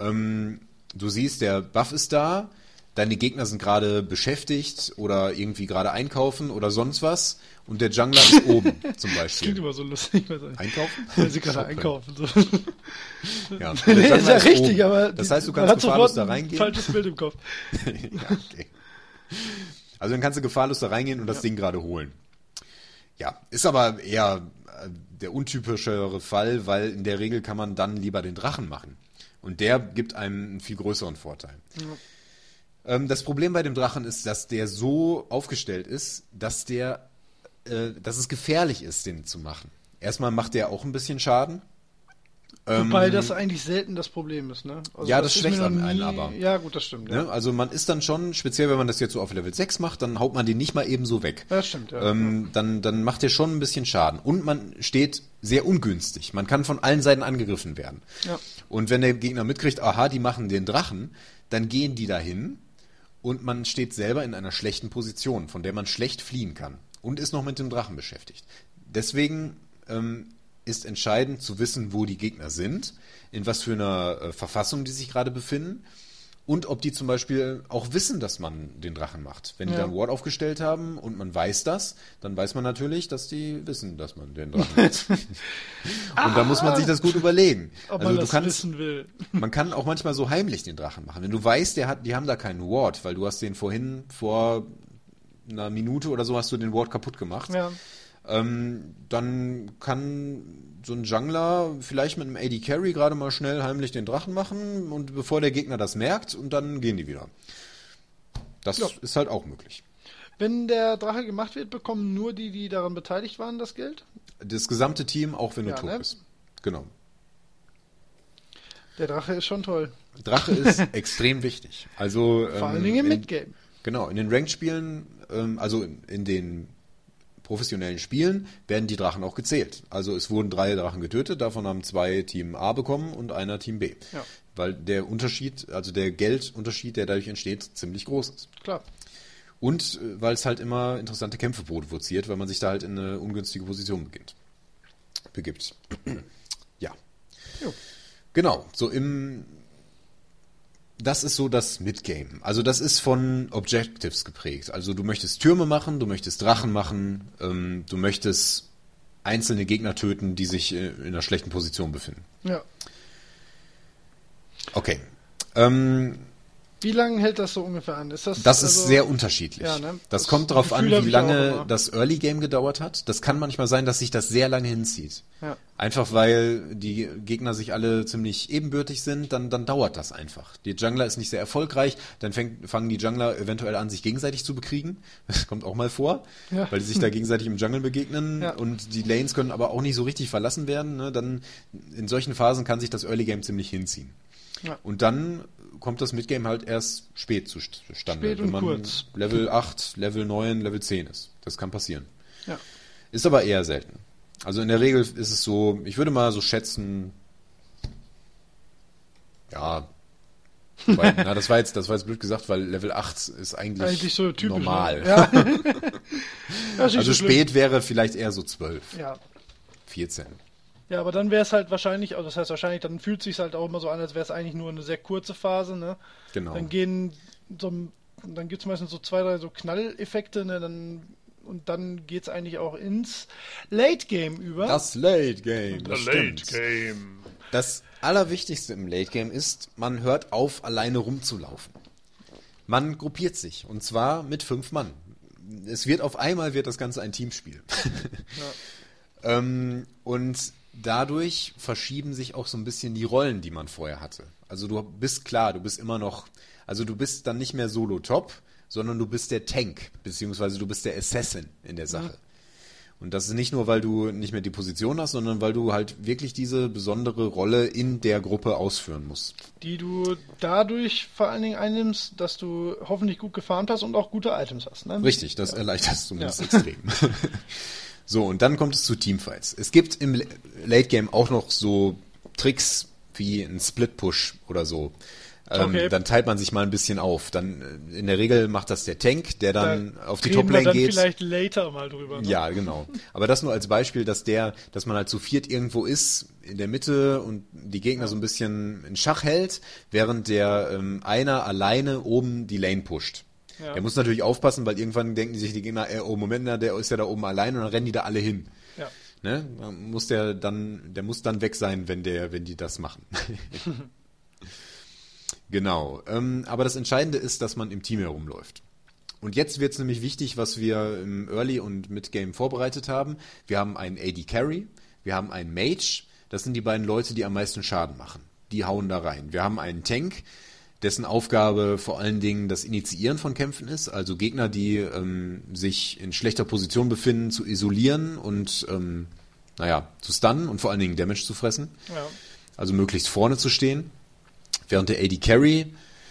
du siehst, der Buff ist da, deine Gegner sind gerade beschäftigt oder irgendwie gerade einkaufen oder sonst was und der Jungler ist oben zum Beispiel. Das klingt immer so lustig. Einkaufen? Weil sie gerade einkaufen. So. Ja, nee, ist ja richtig, oben. Aber das heißt, du kannst gefahrlos da reingehen. Falsches Bild im Kopf. Ja, okay. Also dann kannst du gefahrlos da reingehen und das Ding gerade holen. Ja, ist aber eher der untypischere Fall, weil in der Regel kann man dann lieber den Drachen machen. Und der gibt einem einen viel größeren Vorteil. Ja. Das Problem bei dem Drachen ist, dass der so aufgestellt ist, dass es gefährlich ist, den zu machen. Erstmal macht der auch ein bisschen Schaden. Wobei das eigentlich selten das Problem ist, ne? Also ja, das schwächt einen aber. Ja, gut, das stimmt. Ja. Ne? Also man ist dann schon, speziell wenn man das jetzt so auf Level 6 macht, dann haut man den nicht mal eben so weg. Das stimmt, ja. Dann macht der schon ein bisschen Schaden. Und man steht sehr ungünstig. Man kann von allen Seiten angegriffen werden. Ja. Und wenn der Gegner mitkriegt, aha, die machen den Drachen, dann gehen die dahin. Und man steht selber in einer schlechten Position, von der man schlecht fliehen kann. Und ist noch mit dem Drachen beschäftigt. Deswegen ist entscheidend zu wissen, wo die Gegner sind, in was für einer Verfassung die sich gerade befinden und ob die zum Beispiel auch wissen, dass man den Drachen macht. Wenn die dann Ward aufgestellt haben und man weiß das, dann weiß man natürlich, dass die wissen, dass man den Drachen macht. Und da muss man sich das gut überlegen. Ob man das wissen will. Man kann auch manchmal so heimlich den Drachen machen. Wenn du weißt, die haben da keinen Ward, weil du hast den vorhin vor einer Minute oder so hast du den Ward kaputt gemacht. Ja. Dann kann so ein Jungler vielleicht mit einem AD Carry gerade mal schnell heimlich den Drachen machen und bevor der Gegner das merkt und dann gehen die wieder. Das ist halt auch möglich. Wenn der Drache gemacht wird, bekommen nur die daran beteiligt waren, das Geld? Das gesamte Team, auch wenn du tot bist. Genau. Der Drache ist schon toll. Drache ist extrem wichtig. Also vor allen Dingen im Midgame. Genau, in den Ranked-Spielen, also in den professionellen Spielen werden die Drachen auch gezählt. Also es wurden 3 Drachen getötet, davon haben 2 Team A bekommen und einer Team B. Ja. Weil der Unterschied, also der Geldunterschied, der dadurch entsteht, ziemlich groß ist. Klar. Und weil es halt immer interessante Kämpfe provoziert, weil man sich da halt in eine ungünstige Position begibt. Ja. Jo. Genau, das ist so das Midgame. Also das ist von Objectives geprägt. Also du möchtest Türme machen, du möchtest Drachen machen, du möchtest einzelne Gegner töten, die sich in einer schlechten Position befinden. Ja. Okay. Wie lange hält das so ungefähr an? Das ist sehr unterschiedlich. Ja, ne? Das kommt darauf an, wie lange das Early Game gedauert hat. Das kann manchmal sein, dass sich das sehr lange hinzieht. Ja. Einfach weil die Gegner sich alle ziemlich ebenbürtig sind, dann dauert das einfach. Die Jungler ist nicht sehr erfolgreich, dann fangen die Jungler eventuell an, sich gegenseitig zu bekriegen. Das kommt auch mal vor, weil die sich da gegenseitig im Jungle begegnen und die Lanes können aber auch nicht so richtig verlassen werden. Ne? Dann in solchen Phasen kann sich das Early Game ziemlich hinziehen. Ja. Und dann kommt das Midgame halt erst spät zustande, spät und wenn man kurz. Level 8, Level 9, Level 10 ist. Das kann passieren. Ja. Ist aber eher selten. Also in der Regel ist es so, ich würde mal so schätzen, ja, Das war jetzt blöd gesagt, weil Level 8 ist eigentlich so typisch, normal. Ne? Ja. Also so spät wäre vielleicht eher so 12. Ja. 14. Ja, aber dann wäre es halt wahrscheinlich, also das heißt wahrscheinlich, dann fühlt es sich halt auch immer so an, als wäre es eigentlich nur eine sehr kurze Phase, ne? Genau. Dann gibt es meistens so 2, 3 so Knalleffekte, ne? Und dann geht es eigentlich auch ins Late Game über. Das Late Game. Das Late Game. Das Allerwichtigste im Late Game ist, man hört auf, alleine rumzulaufen. Man gruppiert sich, und zwar mit 5 Mann. Auf einmal wird das Ganze ein Teamspiel. Ja. Und dadurch verschieben sich auch so ein bisschen die Rollen, die man vorher hatte. Also du bist dann nicht mehr Solo-Top, sondern du bist der Tank, beziehungsweise du bist der Assassin in der Sache. Und das ist nicht nur, weil du nicht mehr die Position hast, sondern weil du halt wirklich diese besondere Rolle in der Gruppe ausführen musst. Die du dadurch vor allen Dingen einnimmst, dass du hoffentlich gut gefarmt hast und auch gute Items hast. Ne? Richtig, das erleichtert es zumindest extrem. So, und dann kommt es zu Teamfights. Es gibt im Late Game auch noch so Tricks wie ein Split-Push oder so. Okay. Dann teilt man sich mal ein bisschen auf. Dann in der Regel macht das der Tank, der dann auf die Top-Lane geht. Vielleicht later mal drüber. Ne? Ja, genau. Aber das nur als Beispiel, dass man halt zu viert irgendwo ist, in der Mitte und die Gegner so ein bisschen in Schach hält, während der einer alleine oben die Lane pusht. Ja. Der muss natürlich aufpassen, weil irgendwann denken sich die Gegner, oh Moment, der ist ja da oben allein, und dann rennen die da alle hin. Ja. Ne? Der muss dann weg sein, wenn die das machen. Genau. Aber das Entscheidende ist, dass man im Team herumläuft. Und jetzt wird es nämlich wichtig, was wir im Early und Mid-Game vorbereitet haben. Wir haben einen AD Carry, wir haben einen Mage. Das sind die beiden Leute, die am meisten Schaden machen. Die hauen da rein. Wir haben einen Tank, dessen Aufgabe vor allen Dingen das Initiieren von Kämpfen ist, also Gegner, die sich in schlechter Position befinden, zu isolieren und zu stunnen und vor allen Dingen Damage zu fressen. Ja. Also möglichst vorne zu stehen. Während der AD Carry,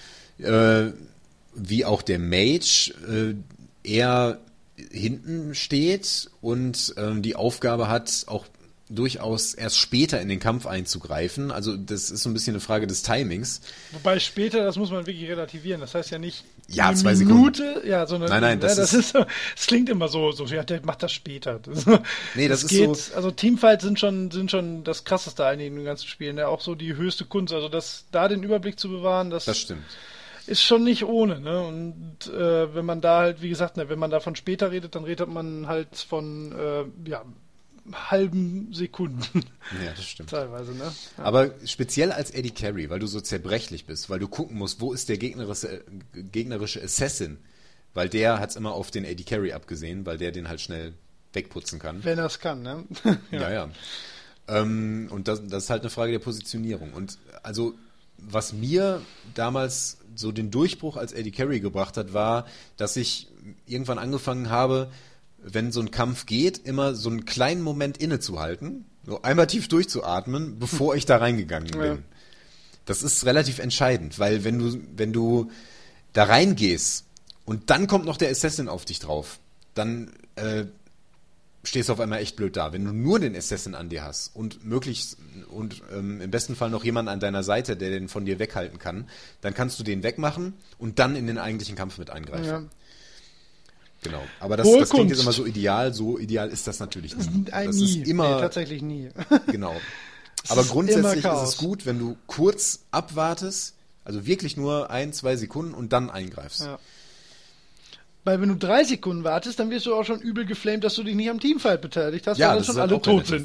wie auch der Mage, eher hinten steht und die Aufgabe hat, auch durchaus erst später in den Kampf einzugreifen. Also das ist so ein bisschen eine Frage des Timings. Wobei später, das muss man wirklich relativieren. Das heißt ja nicht eine 2 Minute, Sekunden. Ja, sondern nein, das klingt immer so, ja, der macht das später. Das ist geht, so. Also Teamfights sind schon das Krasseste eigentlich in den ganzen Spielen. Ja, auch so die höchste Kunst. Also da den Überblick zu bewahren, das stimmt. Ist schon nicht ohne, ne? Und wenn man da halt, wie gesagt, wenn man da von später redet, dann redet man halt von halben Sekunden. Ja, das stimmt. Teilweise, ne? Ja. Aber speziell als AD Carry, weil du so zerbrechlich bist, weil du gucken musst, wo ist der gegnerische Assassin, weil der hat's immer auf den AD Carry abgesehen, weil der den halt schnell wegputzen kann. Wenn er es kann, ne? Ja. Und das ist halt eine Frage der Positionierung. Und also, was mir damals so den Durchbruch als AD Carry gebracht hat, war, dass ich irgendwann angefangen habe, wenn so ein Kampf geht, immer so einen kleinen Moment innezuhalten, so einmal tief durchzuatmen, bevor ich da reingegangen bin. Ja. Das ist relativ entscheidend, weil wenn du da reingehst und dann kommt noch der Assassin auf dich drauf, dann stehst du auf einmal echt blöd da. Wenn du nur den Assassin an dir hast und im besten Fall noch jemanden an deiner Seite, der den von dir weghalten kann, dann kannst du den wegmachen und dann in den eigentlichen Kampf mit eingreifen. Ja. Genau, aber das klingt jetzt immer so ideal ist das natürlich nicht. Das ist immer tatsächlich nie. Genau. Aber grundsätzlich ist es gut, wenn du kurz abwartest, also wirklich nur 1-2 Sekunden und dann eingreifst. Ja. Weil wenn du 3 Sekunden wartest, dann wirst du auch schon übel geflamed, dass du dich nicht am Teamfight beteiligt hast, weil dann schon alle tot sind.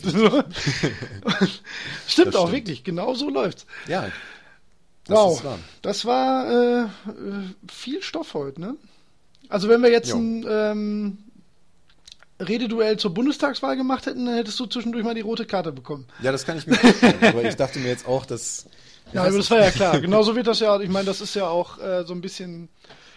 Stimmt auch wirklich, genau so läuft's. Ja. Wow, das war viel Stoff heute, ne? Also wenn wir jetzt ein Rededuell zur Bundestagswahl gemacht hätten, dann hättest du zwischendurch mal die rote Karte bekommen. Ja, das kann ich mir vorstellen. Aber ich dachte mir jetzt auch, dass... Ja, aber das war ja klar. Genauso wird das ja, ich meine, das ist ja auch so ein bisschen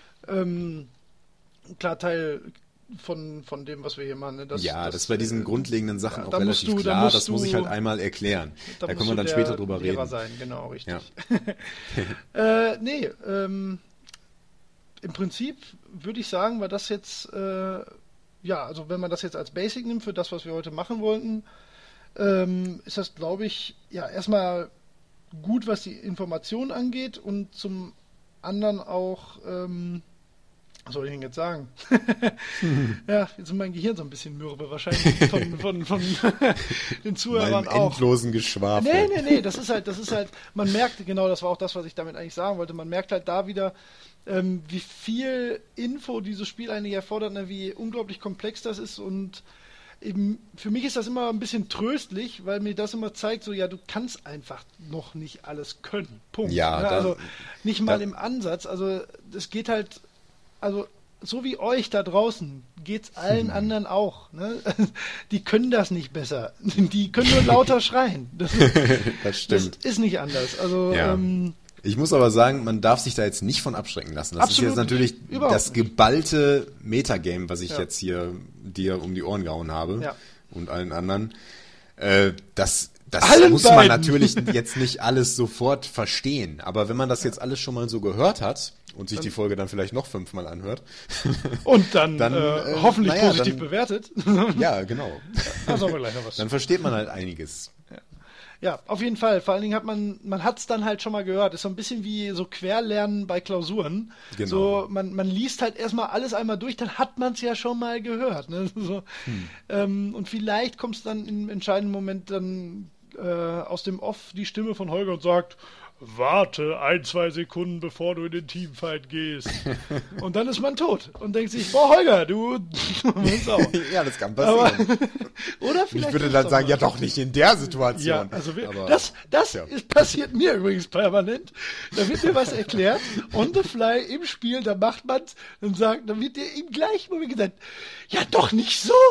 klar Teil von dem, was wir hier machen. Ne? Das bei diesen grundlegenden Sachen auch relativ klar. Das muss ich halt einmal erklären. Da können wir dann später drüber reden. Sein. Genau, richtig. Ja. Im Prinzip würde ich sagen, war das jetzt, also wenn man das jetzt als Basic nimmt für das, was wir heute machen wollten, ist das, glaube ich, ja, erstmal gut, was die Information angeht, und zum anderen auch, was soll ich denn jetzt sagen? Ja, jetzt ist mein Gehirn so ein bisschen mürbe, wahrscheinlich von den Zuhörern auch. Endlosen Geschwafel. Nee, das ist halt, man merkt, genau, das war auch das, was ich damit eigentlich sagen wollte, man merkt halt da wieder, wie viel Info dieses Spiel eigentlich erfordert, ne, wie unglaublich komplex das ist und eben, für mich ist das immer ein bisschen tröstlich, weil mir das immer zeigt, so, ja, du kannst einfach noch nicht alles können. Punkt. Ja, also nicht mal im Ansatz. Also es geht halt, also so wie euch da draußen geht's allen anderen auch. Ne? Die können das nicht besser. Die können nur lauter schreien. Das stimmt. Das ist nicht anders. Also ja. Ich muss aber sagen, man darf sich da jetzt nicht von abschrecken lassen. Das Absolut ist jetzt natürlich das geballte Metagame, was ich jetzt hier dir um die Ohren gehauen habe und allen anderen. Das muss man natürlich jetzt nicht alles sofort verstehen. Aber wenn man das jetzt alles schon mal so gehört hat und sich die Folge dann vielleicht noch 5-mal anhört. Und dann hoffentlich positiv bewertet. Ja, genau. Also aber gleich noch was. Dann versteht man halt einiges. Ja, auf jeden Fall. Vor allen Dingen hat man hat es dann halt schon mal gehört. Ist so ein bisschen wie so Querlernen bei Klausuren. Genau. So, man liest halt erstmal alles einmal durch, dann hat man es ja schon mal gehört. Ne? So, und vielleicht kommt es dann im entscheidenden Moment dann aus dem Off die Stimme von Holger und sagt, warte 1-2 Sekunden, bevor du in den Teamfight gehst. Und dann ist man tot und denkt sich, boah, Holger, du bist auch. Ja, das kann passieren. Aber, oder vielleicht ich würde dann sagen, ja doch nicht in der Situation. Ja, also das passiert mir übrigens permanent. Da wird mir was erklärt, on the fly, im Spiel, da macht man es und sagt, dann wird dir im gleichen Moment gesagt, ja doch nicht so.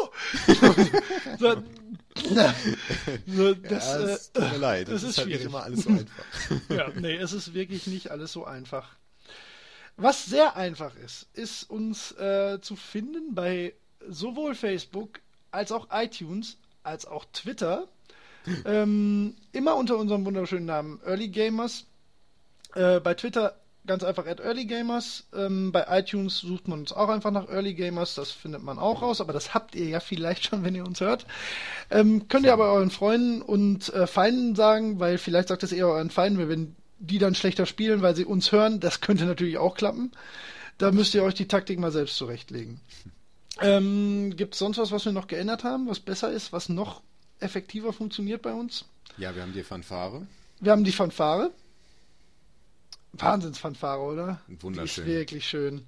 Es tut mir leid, das ist halt schwierig. nicht immer alles so einfach. Ja, nee, es ist wirklich nicht alles so einfach. Was sehr einfach ist uns zu finden bei sowohl Facebook als auch iTunes, als auch Twitter. Immer unter unserem wunderschönen Namen Early Gamers. Bei Twitter ganz einfach @earlygamers. Bei iTunes sucht man uns auch einfach nach Early Gamers, das findet man auch raus, aber das habt ihr ja vielleicht schon, wenn ihr uns hört. Könnt ihr aber euren Freunden und Feinden sagen, weil vielleicht sagt es eher euren Feinden, weil wenn die dann schlechter spielen, weil sie uns hören, das könnte natürlich auch klappen. Da müsst ihr euch die Taktik mal selbst zurechtlegen. Gibt es sonst was wir noch geändert haben, was besser ist, was noch effektiver funktioniert bei uns? Ja, wir haben die Fanfare. Wir haben die Fanfare. Wahnsinnsfanfare, oder? Wunderschön. Die ist wirklich schön.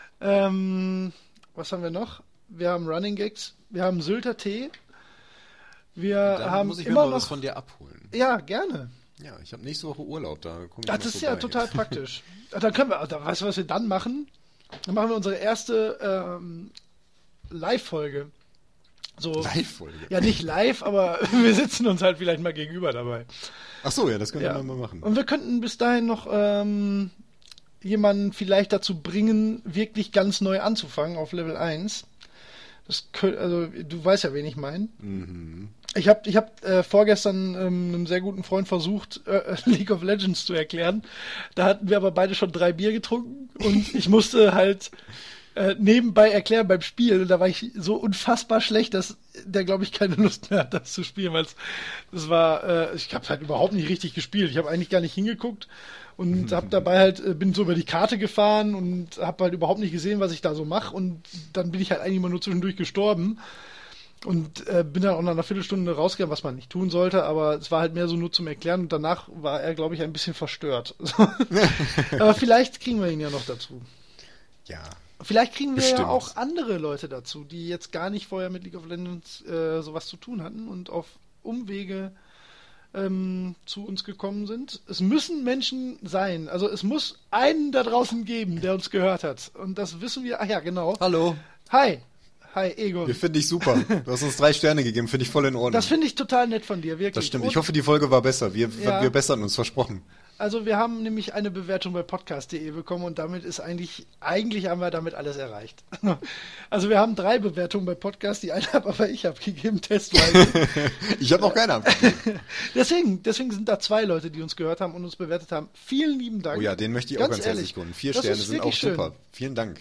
Was haben wir noch? Wir haben Running Gags, wir haben Sylter Tee. Muss ich mir mal was von dir abholen. Ja, gerne. Ja, ich habe nächste Woche Urlaub, da komme ich Das ist ja total praktisch. Dann können wir, weißt du, was wir dann machen? Dann machen wir unsere erste Live-Folge. So, Live-Folge? Ja, nicht live, aber wir sitzen uns halt vielleicht mal gegenüber dabei. Ach so, ja, das können wir mal machen. Und wir könnten bis dahin noch jemanden vielleicht dazu bringen, wirklich ganz neu anzufangen auf Level 1. Also du weißt ja, wen ich meine. Mhm. Ich hab vorgestern einem sehr guten Freund versucht, League of Legends zu erklären. Da hatten wir aber beide schon 3 Bier getrunken und ich musste halt nebenbei erklären beim Spiel. Da war ich so unfassbar schlecht, dass der, glaube ich, keine Lust mehr hat, das zu spielen, weil das war, ich habe halt überhaupt nicht richtig gespielt. Ich habe eigentlich gar nicht hingeguckt und habe dabei halt, bin so über die Karte gefahren und habe halt überhaupt nicht gesehen, was ich da so mache und dann bin ich halt eigentlich immer nur zwischendurch gestorben und bin dann auch nach einer Viertelstunde rausgegangen, was man nicht tun sollte, aber es war halt mehr so nur zum Erklären und danach war er, glaube ich, ein bisschen verstört. Aber vielleicht kriegen wir ihn ja noch dazu. Ja. Vielleicht kriegen wir ja auch andere Leute dazu, die jetzt gar nicht vorher mit League of Legends sowas zu tun hatten und auf Umwege zu uns gekommen sind. Es müssen Menschen sein. Also es muss einen da draußen geben, der uns gehört hat. Und das wissen wir. Ach ja, genau. Hallo. Hi. Hi, Egon. Wir finden dich super. Du hast uns 3 Sterne gegeben. Finde ich voll in Ordnung. Das finde ich total nett von dir, wirklich. Das stimmt. Ich hoffe, die Folge war besser. Wir bessern uns, versprochen. Also wir haben nämlich eine Bewertung bei podcast.de bekommen und damit ist eigentlich haben wir damit alles erreicht. Also wir haben 3 Bewertungen bei Podcast, die eine habe aber ich abgegeben, testweise. Ich habe noch keine abgegeben. Deswegen sind da 2 Leute, die uns gehört haben und uns bewertet haben. Vielen lieben Dank. Oh ja, den möchte ich auch ganz herzlich gründen. 4 Sterne sind auch super. Schön. Vielen Dank.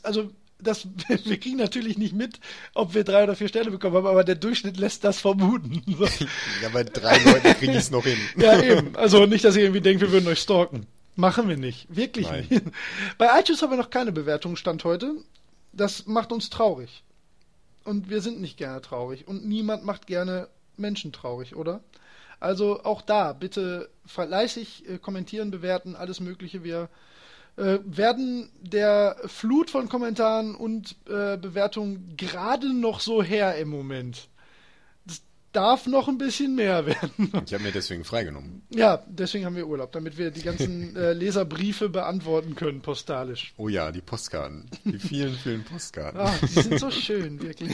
Wir kriegen natürlich nicht mit, ob wir 3 oder 4 Sterne bekommen haben, aber der Durchschnitt lässt das vermuten. So. Ja, bei 3 Leuten kriege ich es noch hin. Ja, eben. Also nicht, dass ihr irgendwie denkt, wir würden euch stalken. Machen wir nicht. Wirklich Nein. nicht. Bei iTunes haben wir noch keine Bewertung, Stand heute. Das macht uns traurig. Und wir sind nicht gerne traurig. Und niemand macht gerne Menschen traurig, oder? Also auch da bitte fleißig kommentieren, bewerten, alles Mögliche. Wir werden der Flut von Kommentaren und Bewertungen gerade noch so her im Moment. Das darf noch ein bisschen mehr werden. Ich habe mir deswegen freigenommen. Ja, deswegen haben wir Urlaub, damit wir die ganzen Leserbriefe beantworten können, postalisch. Oh ja, die Postkarten. Die vielen, vielen Postkarten. Ah, die sind so schön, wirklich.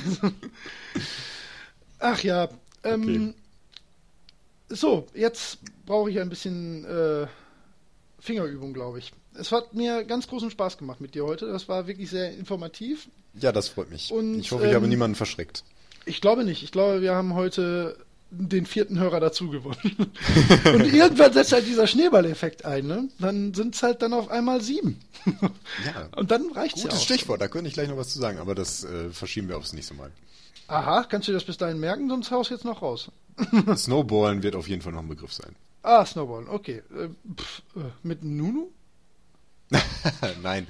Ach ja, Okay. so, jetzt brauche ich ein bisschen Fingerübung, glaube ich. Es hat mir ganz großen Spaß gemacht mit dir heute. Das war wirklich sehr informativ. Ja, das freut mich. Und, ich hoffe, ich habe niemanden verschreckt. Ich glaube nicht. Ich glaube, wir haben heute den 4. Hörer dazu gewonnen. Und irgendwann setzt halt dieser Schneeballeffekt ein, ne? Dann sind es halt dann auf einmal 7. Ja. Und dann reicht es ja Gutes auch. Stichwort, da könnte ich gleich noch was zu sagen, aber das verschieben wir aufs nächste Mal. Aha, kannst du das bis dahin merken, sonst haust du jetzt noch raus. Snowballen wird auf jeden Fall noch ein Begriff sein. Ah, Snowballen, okay. Mit Nunu? Nein.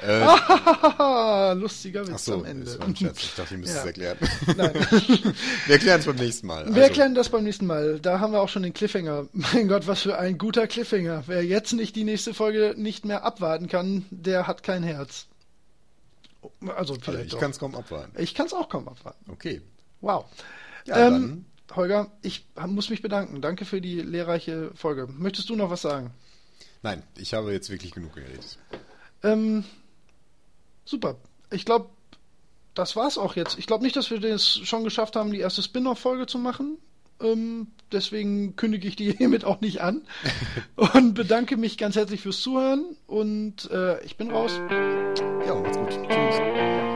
Lustiger Witz Achso, am Ende. das war ein Scherz. Ich dachte, ich müsste es Ja. erklären. Nein. Wir erklären es beim nächsten Mal. Wir erklären das beim nächsten Mal. Da haben wir auch schon den Cliffhanger. Mein Gott, was für ein guter Cliffhanger. Wer jetzt nicht die nächste Folge nicht mehr abwarten kann, der hat kein Herz. Also vielleicht ich doch. kann es kaum abwarten. Ich kann es auch kaum abwarten. Okay. Wow. Ja, dann. Holger, ich muss mich bedanken. Danke für die lehrreiche Folge. Möchtest du noch was sagen? Nein, ich habe jetzt wirklich genug geredet. Super. Ich glaube, das war's auch jetzt. Ich glaube nicht, dass wir das schon geschafft haben, die erste Spin-off-Folge zu machen. Deswegen kündige ich die hiermit auch nicht an. Und bedanke mich ganz herzlich fürs Zuhören. Und ich bin raus. Ja, macht's gut. Tschüss.